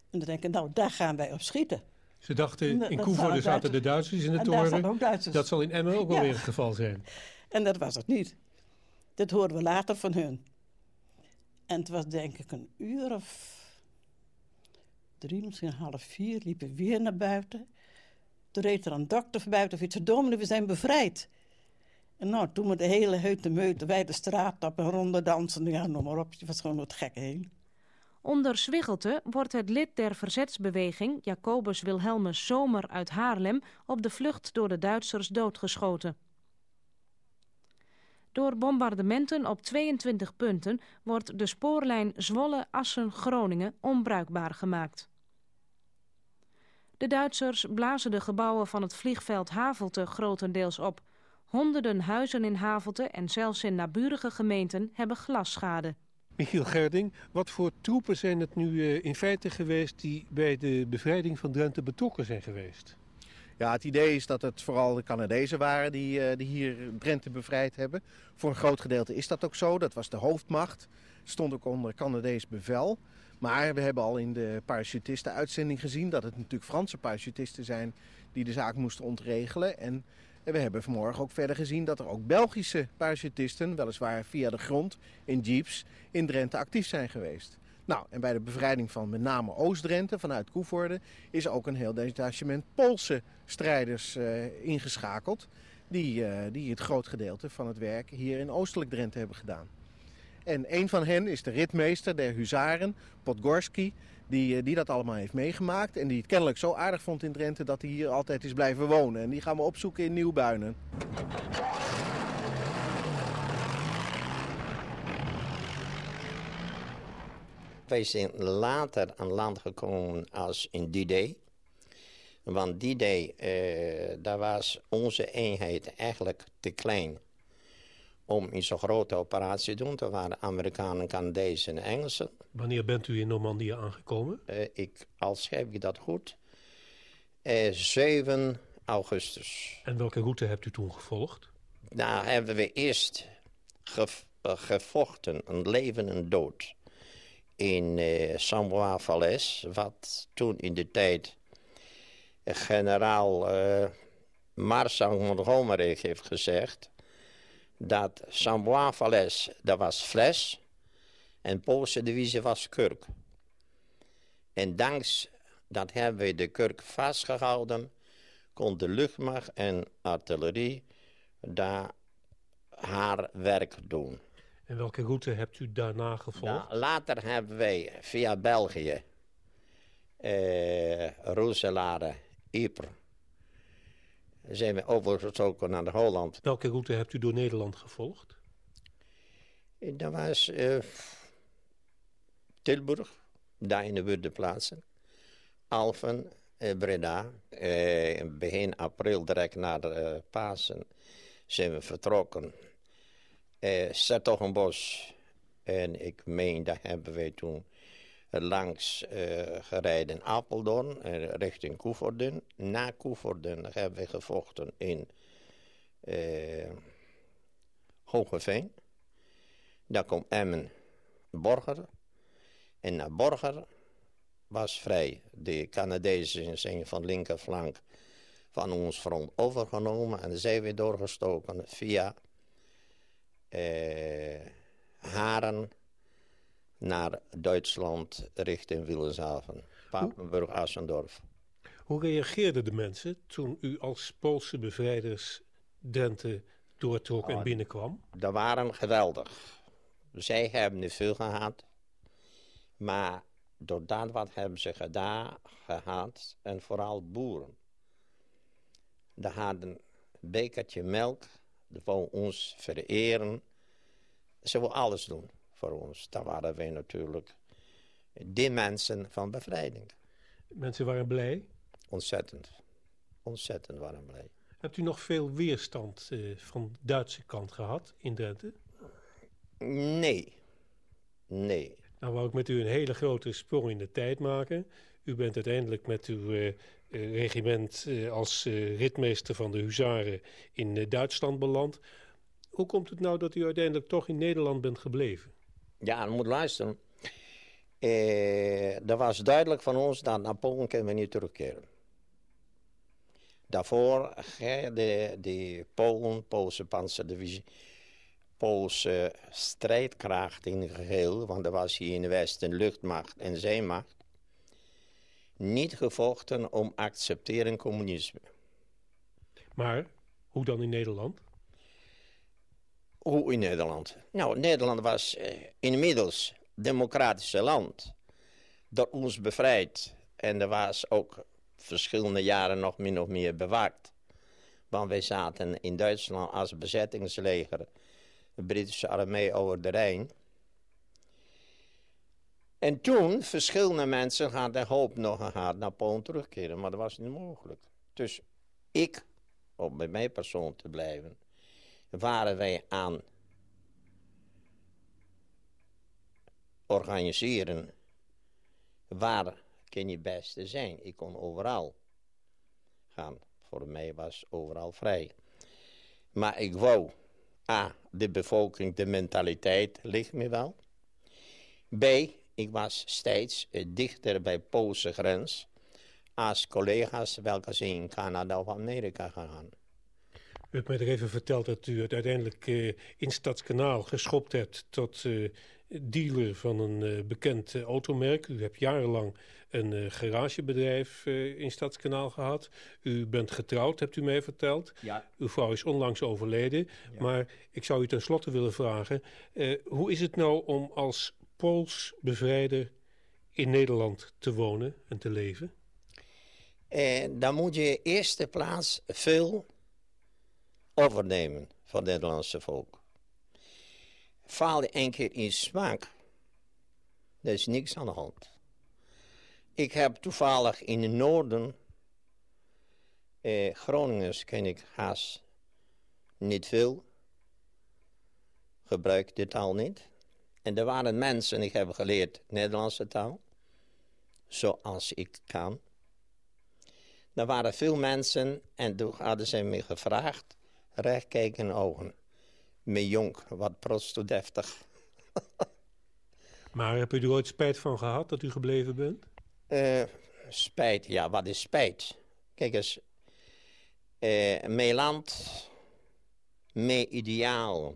En dan denk ik, nou, daar gaan wij op schieten. Ze dachten, Dat in zal Koevoorde het zaten de Duitsers- Duitsers in de en daar toren. zaten ook Duitsers. Dat zal in Emmen ook wel Ja. weer het geval zijn. En dat was het niet. Dat hoorden we later van hun. En het was denk ik een uur of drie, misschien half vier, liepen we weer naar buiten. Toen reed er een dokter voorbij, of iets, dominee, we zijn bevrijd. En nou, toen we de hele heute meute, wij de straat op en ronde dansen, ja, noem maar op, het was gewoon het gekke heen. Onder Zwichelte wordt het lid der verzetsbeweging, Jacobus Wilhelmus Zomer uit Haarlem, op de vlucht door de Duitsers doodgeschoten. Door bombardementen op tweeëntwintig punten wordt de spoorlijn Zwolle-Assen-Groningen onbruikbaar gemaakt. De Duitsers blazen de gebouwen van het vliegveld Havelte grotendeels op. Honderden huizen in Havelte en zelfs in naburige gemeenten hebben glasschade. Michiel Gerding, wat voor troepen zijn het nu uh, in feite geweest die bij de bevrijding van Drenthe betrokken zijn geweest? Ja, het idee is dat het vooral de Canadezen waren die, uh, die hier Drenthe bevrijd hebben. Voor een groot gedeelte is dat ook zo. Dat was de hoofdmacht. Stond ook onder Canadees bevel. Maar we hebben al in de parachutisten-uitzending gezien dat het natuurlijk Franse parachutisten zijn die de zaak moesten ontregelen. En we hebben vanmorgen ook verder gezien dat er ook Belgische parachutisten, weliswaar via de grond in jeeps, in Drenthe actief zijn geweest. Nou, en bij de bevrijding van met name Oost-Drenthe vanuit Koevoorde is ook een heel detachement Poolse strijders uh, ingeschakeld die, uh, die het groot gedeelte van het werk hier in Oostelijk Drenthe hebben gedaan. En een van hen is de ritmeester der huzaren, Podgorski, die, die dat allemaal heeft meegemaakt. En die het kennelijk zo aardig vond in Drenthe dat hij hier altijd is blijven wonen. En die gaan we opzoeken in Nieuwbuinen. Wij zijn later aan land gekomen als in D-Day. Want D-Day, uh, daar was onze eenheid eigenlijk te klein om in zo'n grote operatie te doen. Er waren Amerikanen, Canadezen en Engelsen. Wanneer bent u in Normandië aangekomen? Uh, ik, als heb ik dat goed, uh, zeven augustus. En welke route hebt u toen gevolgd? Nou, hebben we eerst gev uh, gevochten, een leven en dood, in uh, Saint-Bois-Falaise, wat toen in de tijd uh, generaal uh, Marshal Montgomery heeft gezegd dat Saint-Bois-Falaise, dat was Fles en Poolse divisie was Kurk. En dankzij dat hebben we de Kurk vastgehouden, kon de luchtmacht en artillerie daar haar werk doen. En welke route hebt u daarna gevolgd? Nou, later hebben wij via België, uh, Roeselare, Ypres, zijn we overgestoken naar Holland. Welke route hebt u door Nederland gevolgd? Dat was uh, Tilburg, daar in de buurt de plaatsen. Alphen, uh, Breda. Uh, begin april, direct na de uh, Pasen, zijn we vertrokken. Uh, Sertogenbos. En ik meen, daar hebben wij toen langs uh, gereden Apeldoorn, uh, richting Koevoorden. Na Koevoorden hebben we gevochten in uh, Hogeveen. Daar komt Emmen, Borger. En naar Borger was vrij. De Canadezen zijn van linkerflank van ons front overgenomen. En dan zijn we doorgestoken via uh, Haren naar Duitsland richting Wilhelmshaven, Papenburg, Assendorf. Hoe reageerden de mensen toen u als Poolse bevrijders Drenthe doortrok oh, en binnenkwam? Dat waren geweldig. Zij hebben niet veel gehad, maar door dat wat hebben ze gedaan gehad, en vooral boeren. Die hadden een bekertje melk, die wou ons vereren. Ze wil alles doen voor ons. Dan waren wij natuurlijk die mensen van bevrijding. Mensen waren blij? Ontzettend. Ontzettend waren blij. Hebt u nog veel weerstand uh, van de Duitse kant gehad in Drenthe? Nee. Nee. Nou wou ik met u een hele grote sprong in de tijd maken. U bent uiteindelijk met uw uh, regiment uh, als uh, ritmeester van de huzaren in uh, Duitsland beland. Hoe komt het nou dat u uiteindelijk toch in Nederland bent gebleven? Ja, je moet luisteren. Uh, dat was duidelijk van ons dat naar Polen kunnen we niet terugkeren. Daarvoor de, de Polen, Poolse panzerdivisie, Poolse strijdkracht in het geheel, want er was hier in het Westen luchtmacht en zeemacht, niet gevochten om accepteren communisme. Maar hoe dan in Nederland? Hoe in Nederland? Nou, Nederland was uh, inmiddels een democratisch land, door ons bevrijd. En er was ook verschillende jaren nog min of meer bewaakt. Want wij zaten in Duitsland als bezettingsleger, de Britse armee over de Rijn. En toen, verschillende mensen hadden hoop nog gehad naar Polen terugkeren, maar dat was niet mogelijk. Dus ik, om bij mijn persoon te blijven, waren wij aan organiseren waar kan je beste zijn. Ik kon overal gaan. Voor mij was overal vrij. Maar ik wou, A, de bevolking, de mentaliteit ligt me wel. B, ik was steeds dichter bij Poolse grens als collega's welke zijn in Canada of Amerika gegaan. U hebt mij er even verteld dat u het uiteindelijk uh, in Stadskanaal geschopt hebt tot uh, dealer van een uh, bekend uh, automerk. U hebt jarenlang een uh, garagebedrijf uh, in Stadskanaal gehad. U bent getrouwd, hebt u mij verteld. Ja. Uw vrouw is onlangs overleden. Ja. Maar ik zou u tenslotte willen vragen, uh, hoe is het nou om als Pools bevrijder in Nederland te wonen en te leven? Uh, dan moet je in eerste plaats veel overnemen van het Nederlandse volk. Faal je een keer in smaak, er is niks aan de hand. Ik heb toevallig in het noorden, eh, Groningers ken ik haast niet veel, gebruik de taal niet. En er waren mensen, ik heb geleerd Nederlandse taal, zoals ik kan. Er waren veel mensen en toen hadden ze me gevraagd, recht kijken in ogen. Met jong, wat prost toe deftig. Maar heb u er ooit spijt van gehad dat u gebleven bent? Uh, spijt, ja, wat is spijt? Kijk eens, uh, mijn land, mijn ideaal,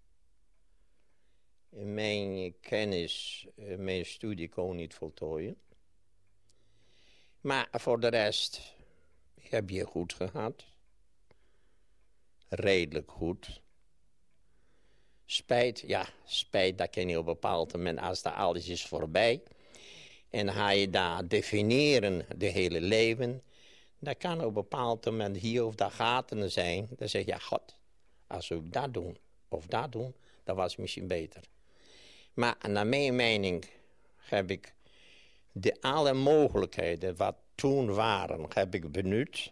mijn kennis, uh, mijn studie kon niet voltooien. Maar voor de rest heb je goed gehad. Redelijk goed. Spijt, ja, spijt, dat ken je op een bepaald moment als dat alles is voorbij. En ga je daar definiëren de hele leven, dan kan op een bepaald moment hier of daar gaten zijn. Dan zeg je, ja, god, als we dat doen of dat doen, dat was misschien beter. Maar naar mijn mening heb ik de alle mogelijkheden wat toen waren, heb ik benut.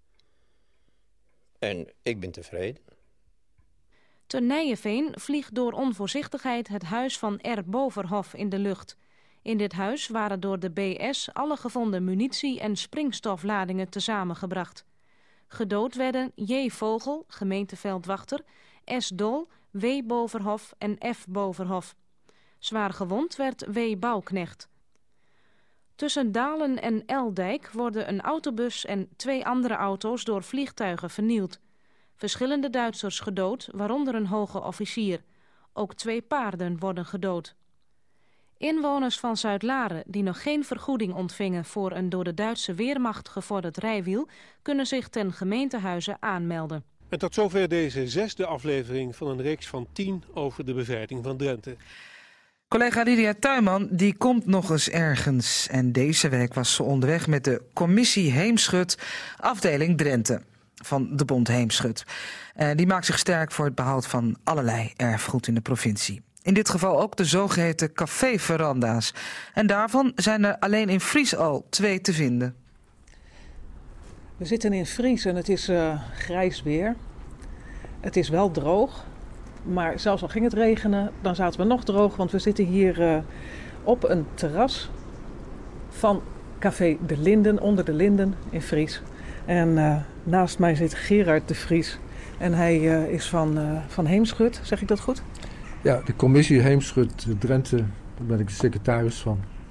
En ik ben tevreden. Te Nijeveen vliegt door onvoorzichtigheid het huis van R. Boverhof in de lucht. In dit huis waren door de B S alle gevonden munitie- en springstofladingen tezamen gebracht. Gedood werden J. Vogel, gemeenteveldwachter, S. Dol, W. Boverhof en F. Boverhof. Zwaar gewond werd W. Bouwknecht. Tussen Dalen en Eldijk worden een autobus en twee andere auto's door vliegtuigen vernield. Verschillende Duitsers gedood, waaronder een hoge officier. Ook twee paarden worden gedood. Inwoners van Zuidlaren die nog geen vergoeding ontvingen voor een door de Duitse Weermacht gevorderd rijwiel, kunnen zich ten gemeentehuize aanmelden. En tot zover deze zesde aflevering van een reeks van tien over de bevrijding van Drenthe. Collega Lydia Tuinman die komt nog eens ergens. En deze week was ze onderweg met de commissie Heemschut, afdeling Drenthe van de Bond Heemschut. Uh, die maakt zich sterk voor het behoud van allerlei erfgoed in de provincie. In dit geval ook de zogeheten café-veranda's. En daarvan zijn er alleen in Fries al twee te vinden. We zitten in Fries en het is uh, grijs weer. Het is wel droog. Maar zelfs al ging het regenen, dan zaten we nog droog. Want we zitten hier uh, op een terras van Café De Linden, onder de Linden in Fries. En uh, naast mij zit Gerard de Vries. En hij uh, is van, uh, van Heemschut, zeg ik dat goed? Ja, de commissie Heemschut Drenthe, daar ben ik de secretaris van.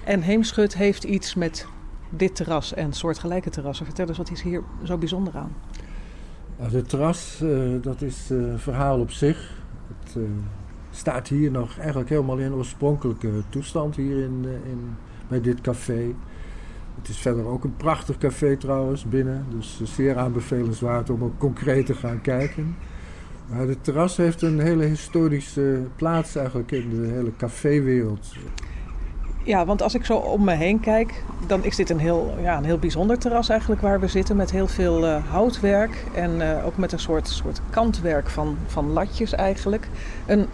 En Heemschut heeft iets met dit terras en soortgelijke terrassen. Vertel eens, wat is hier zo bijzonder aan? Nou, het terras, uh, dat is uh, een verhaal op zich. Het uh, staat hier nog eigenlijk helemaal in oorspronkelijke toestand hier in, uh, in, bij dit café. Het is verder ook een prachtig café trouwens binnen. Dus zeer aanbevelenswaard om ook concreet te gaan kijken. Maar het terras heeft een hele historische plaats eigenlijk in de hele caféwereld. Ja, want als ik zo om me heen kijk, dan is dit een heel, ja, een heel bijzonder terras eigenlijk waar we zitten. Met heel veel uh, houtwerk en uh, ook met een soort, soort kantwerk van, van latjes eigenlijk. Een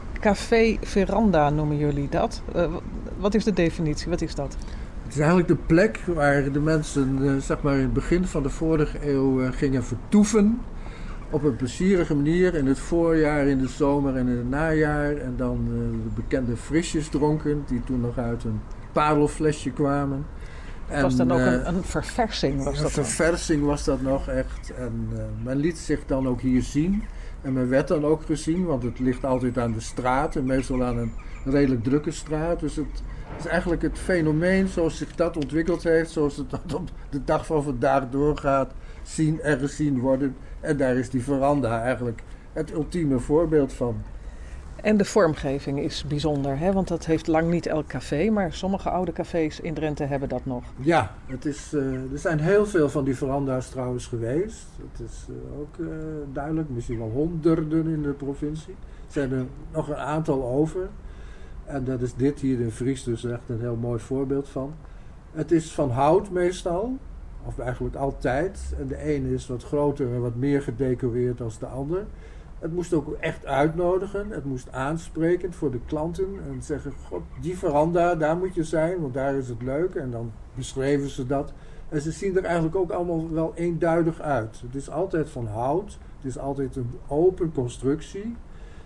café-veranda noemen jullie dat. Uh, wat is de definitie? Wat is dat? Het is eigenlijk de plek waar de mensen uh, zeg maar in het begin van de vorige eeuw uh, gingen vertoeven. Op een plezierige manier in het voorjaar, in de zomer en in het najaar. En dan uh, de bekende frisjes dronken, die toen nog uit een parelflesje kwamen. Het was dan ook uh, een, een verversing? Was een dat verversing dan? was dat nog echt. En uh, men liet zich dan ook hier zien. En men werd dan ook gezien, want het ligt altijd aan de straat. En meestal aan een redelijk drukke straat. Dus het is eigenlijk het fenomeen zoals zich dat ontwikkeld heeft. Zoals het dat op de dag van vandaag doorgaat. Zien en gezien worden. En daar is die veranda eigenlijk het ultieme voorbeeld van. En de vormgeving is bijzonder, hè? Want dat heeft lang niet elk café, maar sommige oude cafés in Drenthe hebben dat nog. Ja, het is, uh, er zijn heel veel van die veranda's trouwens geweest. Het is uh, ook uh, duidelijk, misschien wel honderden in de provincie. Er zijn er nog een aantal over. En dat is dit hier in Vries dus echt een heel mooi voorbeeld van. Het is van hout meestal. Of eigenlijk altijd. En de ene is wat groter en wat meer gedecoreerd dan de ander. Het moest ook echt uitnodigen. Het moest aansprekend voor de klanten. En zeggen, god, die veranda, daar moet je zijn, want daar is het leuk. En dan beschreven ze dat. En ze zien er eigenlijk ook allemaal wel eenduidig uit. Het is altijd van hout. Het is altijd een open constructie.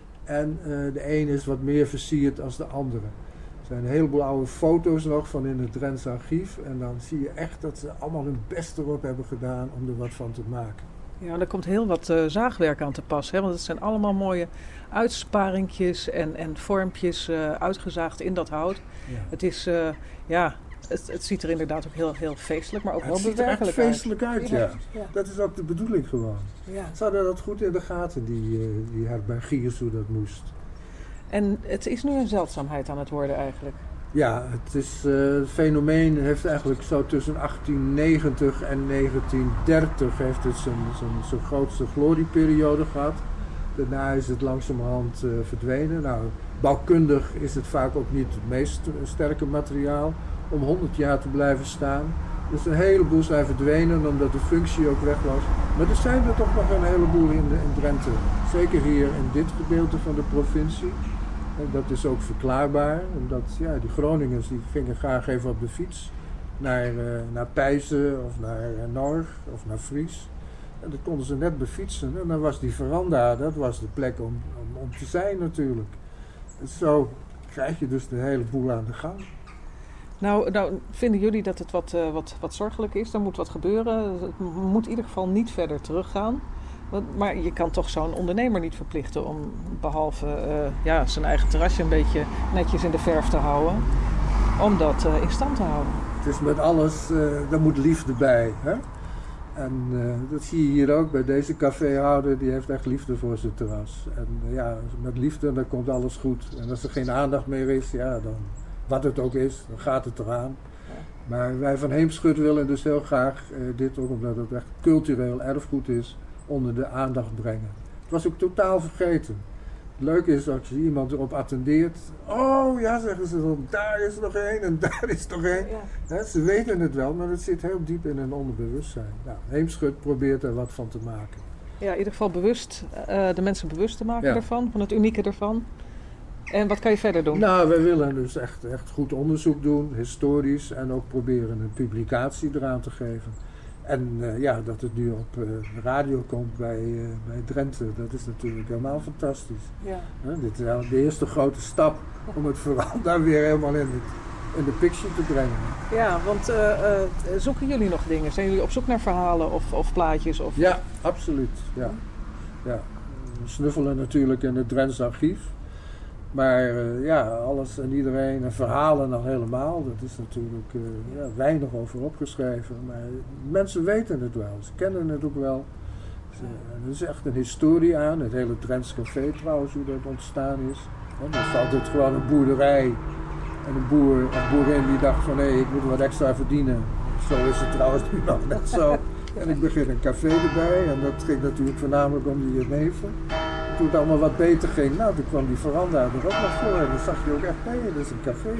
En uh, de ene is wat meer versierd dan de andere. Er zijn een heleboel oude foto's nog van in het Drentse archief. En dan zie je echt dat ze allemaal hun best erop hebben gedaan om er wat van te maken. Ja, er komt heel wat uh, zaagwerk aan te pas. Hè? Want het zijn allemaal mooie uitsparingjes en, en vormpjes uh, uitgezaagd in dat hout. Ja. Het is, uh, ja, het, het ziet er inderdaad ook heel, heel feestelijk, maar ook het wel bewerkelijk uit. Het ziet er echt feestelijk uit, ja. Ja. Ja. Dat is ook de bedoeling gewoon. Ja. Ze hadden dat goed in de gaten, die, uh, die herbergiers, hoe dat moest. En het is nu een zeldzaamheid aan het worden eigenlijk. Ja, het is, uh, het fenomeen heeft eigenlijk zo tussen achttien negentig en negentien dertig heeft het zijn, zijn, zijn grootste glorieperiode gehad. Daarna is het langzamerhand uh, verdwenen. Nou, bouwkundig is het vaak ook niet het meest sterke materiaal om honderd jaar te blijven staan. Dus een heleboel zijn verdwenen omdat de functie ook weg was. Maar er zijn er toch nog een heleboel in, in Drenthe. Zeker hier in dit gedeelte van de provincie. En dat is ook verklaarbaar, omdat ja, die Groningers die gingen graag even op de fiets naar, uh, naar Pijzen of naar uh, Norg of naar Vries. En dat konden ze net befietsen. En dan was die veranda, dat was de plek om, om, om te zijn natuurlijk. En zo krijg je dus de hele boel aan de gang. Nou, nou vinden jullie dat het wat, uh, wat, wat zorgelijk is? Er moet wat gebeuren. Het moet in ieder geval niet verder teruggaan. Maar je kan toch zo'n ondernemer niet verplichten om behalve uh, ja, zijn eigen terrasje een beetje netjes in de verf te houden, om dat uh, in stand te houden. Het is met alles, uh, daar moet liefde bij. Hè? En uh, dat zie je hier ook bij deze caféhouder, die heeft echt liefde voor zijn terras. En uh, ja, met liefde dan komt alles goed. En als er geen aandacht meer is, ja, dan, wat het ook is, dan gaat het eraan. Ja. Maar wij van Heemschut willen dus heel graag uh, dit ook, omdat het echt cultureel erfgoed is, onder de aandacht brengen. Het was ook totaal vergeten. Het leuke is als je iemand erop attendeert. Oh ja, zeggen ze dan, daar is nog één en daar is nog één. Ja. Ja, ze weten het wel, maar het zit heel diep in hun onderbewustzijn. Nou, Heemschut probeert er wat van te maken. Ja, in ieder geval bewust, uh, de mensen bewust te maken ja. ervan, van het unieke ervan. En wat kan je verder doen? Nou, wij willen dus echt, echt goed onderzoek doen, historisch, en ook proberen een publicatie eraan te geven. En uh, ja, dat het nu op uh, de radio komt bij, uh, bij Drenthe, dat is natuurlijk helemaal fantastisch. Ja. Uh, dit is wel de eerste grote stap om het vooral daar weer helemaal in, het, in de picture te brengen. Ja, want uh, uh, zoeken jullie nog dingen? Zijn jullie op zoek naar verhalen of, of plaatjes? Of... Ja, absoluut. Ja. Ja. We snuffelen natuurlijk in het Drentse archief. Maar uh, ja, alles en iedereen en verhalen nog helemaal, dat is natuurlijk uh, ja, weinig over opgeschreven. Maar mensen weten het wel, ze kennen het ook wel. Ze, er is echt een historie aan, het hele Drents Café trouwens, hoe dat ontstaan is. En er is altijd gewoon een boerderij en een boer, een boerin die dacht van hé, hey, ik moet wat extra verdienen. Zo is het trouwens nu nog net zo. En ik begin een café erbij en dat ging natuurlijk voornamelijk om die neven. Toen het allemaal wat beter ging, nou toen kwam die veranda er ook nog voor en dan zag je ook echt, nee, dat is een café.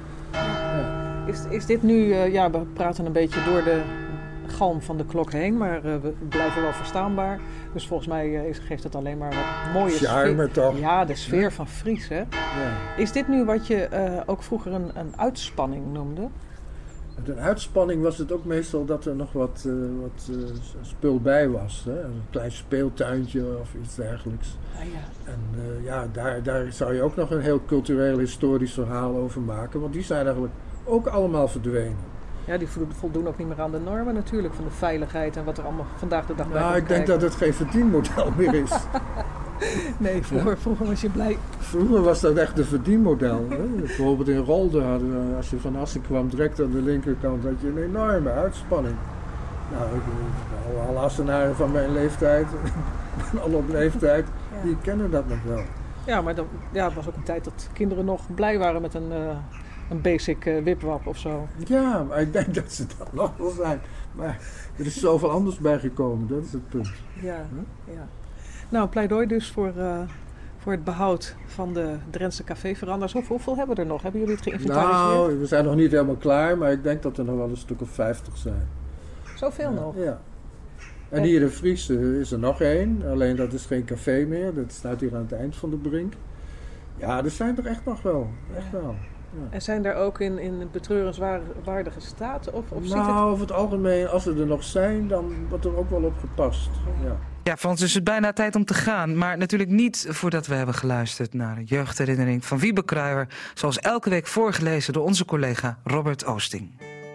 Ja. Is, is dit nu, uh, ja we praten een beetje door de galm van de klok heen, maar uh, we blijven wel verstaanbaar. Dus volgens mij uh, is, geeft het alleen maar wat mooie Charme, sfeer. toch? Ja, de sfeer ja. van Fries, hè. Ja. Is dit nu wat je uh, ook vroeger een, een uitspanning noemde? Een uitspanning was het ook meestal dat er nog wat, uh, wat uh, spul bij was. Hè? Een klein speeltuintje of iets dergelijks. Ah, ja. En uh, ja, daar, daar zou je ook nog een heel cultureel historisch verhaal over maken. Want die zijn eigenlijk ook allemaal verdwenen. Ja, die voldoen ook niet meer aan de normen natuurlijk van de veiligheid en wat er allemaal vandaag de dag bij komt Nou, ik denk kijken. dat het geen verdienmodel meer is. Nee, vroeger, ja. vroeger was je blij. Vroeger was dat echt een verdienmodel. Hè? Bijvoorbeeld in Rolde hadden we, als je van Assen kwam, direct aan de linkerkant had je een enorme uitspanning. Nou, ik, alle Assenaren van mijn leeftijd, al op leeftijd, ja. die kennen dat nog wel. Ja, maar dan, ja, het was ook een tijd dat kinderen nog blij waren met een, uh, een basic uh, wipwap of zo. Ja, maar ik denk dat ze dat nog wel zijn. Maar er is zoveel anders bijgekomen, dat is het punt. Ja, hm? ja. Nou, pleidooi dus voor, uh, voor het behoud van de Drentse caféveranda's. Hoeveel, hoeveel hebben we er nog? Hebben jullie het geïnventariseerd? Nou, we zijn nog niet helemaal klaar, maar ik denk dat er nog wel een stuk of vijftig zijn. Zoveel ja, nog? Ja. En hier in Fries is er nog één, alleen dat is geen café meer. Dat staat hier aan het eind van de brink. Ja, er zijn er echt nog wel. Echt wel. Ja. En zijn er ook in, in betreurenswaardige staat? Of, of nou, ziet het... over het algemeen, als ze er nog zijn, dan wordt er ook wel op gepast. Ja. Ja, Frans, is het bijna tijd om te gaan. Maar natuurlijk niet voordat we hebben geluisterd naar een jeugdherinnering van Wiebe Kruijer, zoals elke week voorgelezen door onze collega Robert Oosting.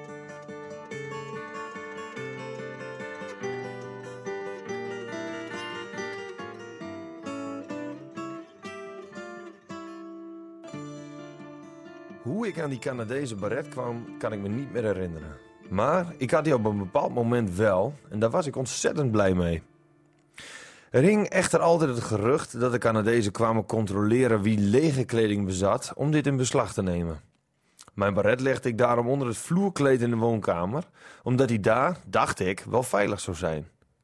Hoe ik aan die Canadese baret kwam, kan ik me niet meer herinneren. Maar ik had die op een bepaald moment wel en daar was ik ontzettend blij mee. Er hing echter altijd het gerucht dat de Canadezen kwamen controleren wie legerkleding bezat om dit in beslag te nemen. Mijn baret legde ik daarom onder het vloerkleed in de woonkamer, omdat die daar, dacht ik, wel veilig zou zijn.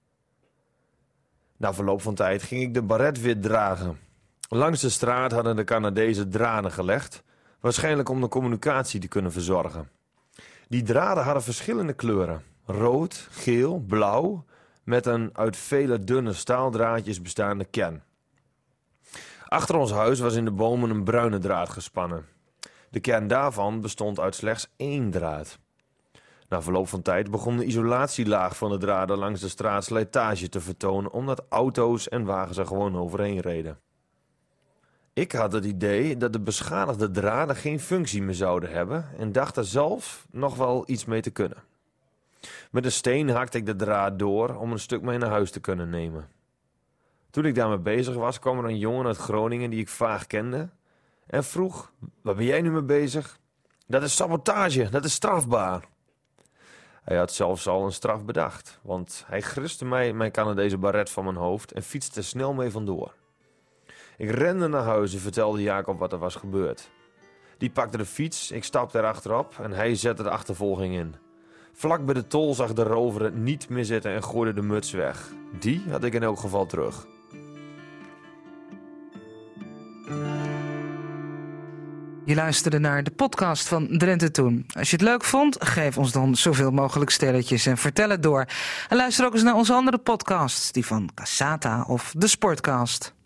Na verloop van tijd ging ik de baret weer dragen. Langs de straat hadden de Canadezen draden gelegd, waarschijnlijk om de communicatie te kunnen verzorgen. Die draden hadden verschillende kleuren, rood, geel, blauw, met een uit vele dunne staaldraadjes bestaande kern. Achter ons huis was in de bomen een bruine draad gespannen. De kern daarvan bestond uit slechts één draad. Na verloop van tijd begon de isolatielaag van de draden langs de straat slijtage te vertonen, omdat auto's en wagens er gewoon overheen reden. Ik had het idee dat de beschadigde draden geen functie meer zouden hebben en dacht er zelf nog wel iets mee te kunnen. Met een steen hakte ik de draad door om een stuk mee naar huis te kunnen nemen. Toen ik daarmee bezig was, kwam er een jongen uit Groningen die ik vaag kende en vroeg: "Waar ben jij nu mee bezig?" "Dat is sabotage, dat is strafbaar." Hij had zelfs al een straf bedacht, want hij griste mij mijn Canadese baret van mijn hoofd en fietste er snel mee vandoor. Ik rende naar huis en vertelde Jacob wat er was gebeurd. Die pakte de fiets, ik stapte erachterop en hij zette de achtervolging in. Vlak bij de tol zag de rover het niet meer zitten en gooide de muts weg. Die had ik in elk geval terug. Je luisterde naar de podcast van Drenthe Toen. Als je het leuk vond, geef ons dan zoveel mogelijk sterretjes en vertel het door. En luister ook eens naar onze andere podcasts, die van Cassata of de Sportcast.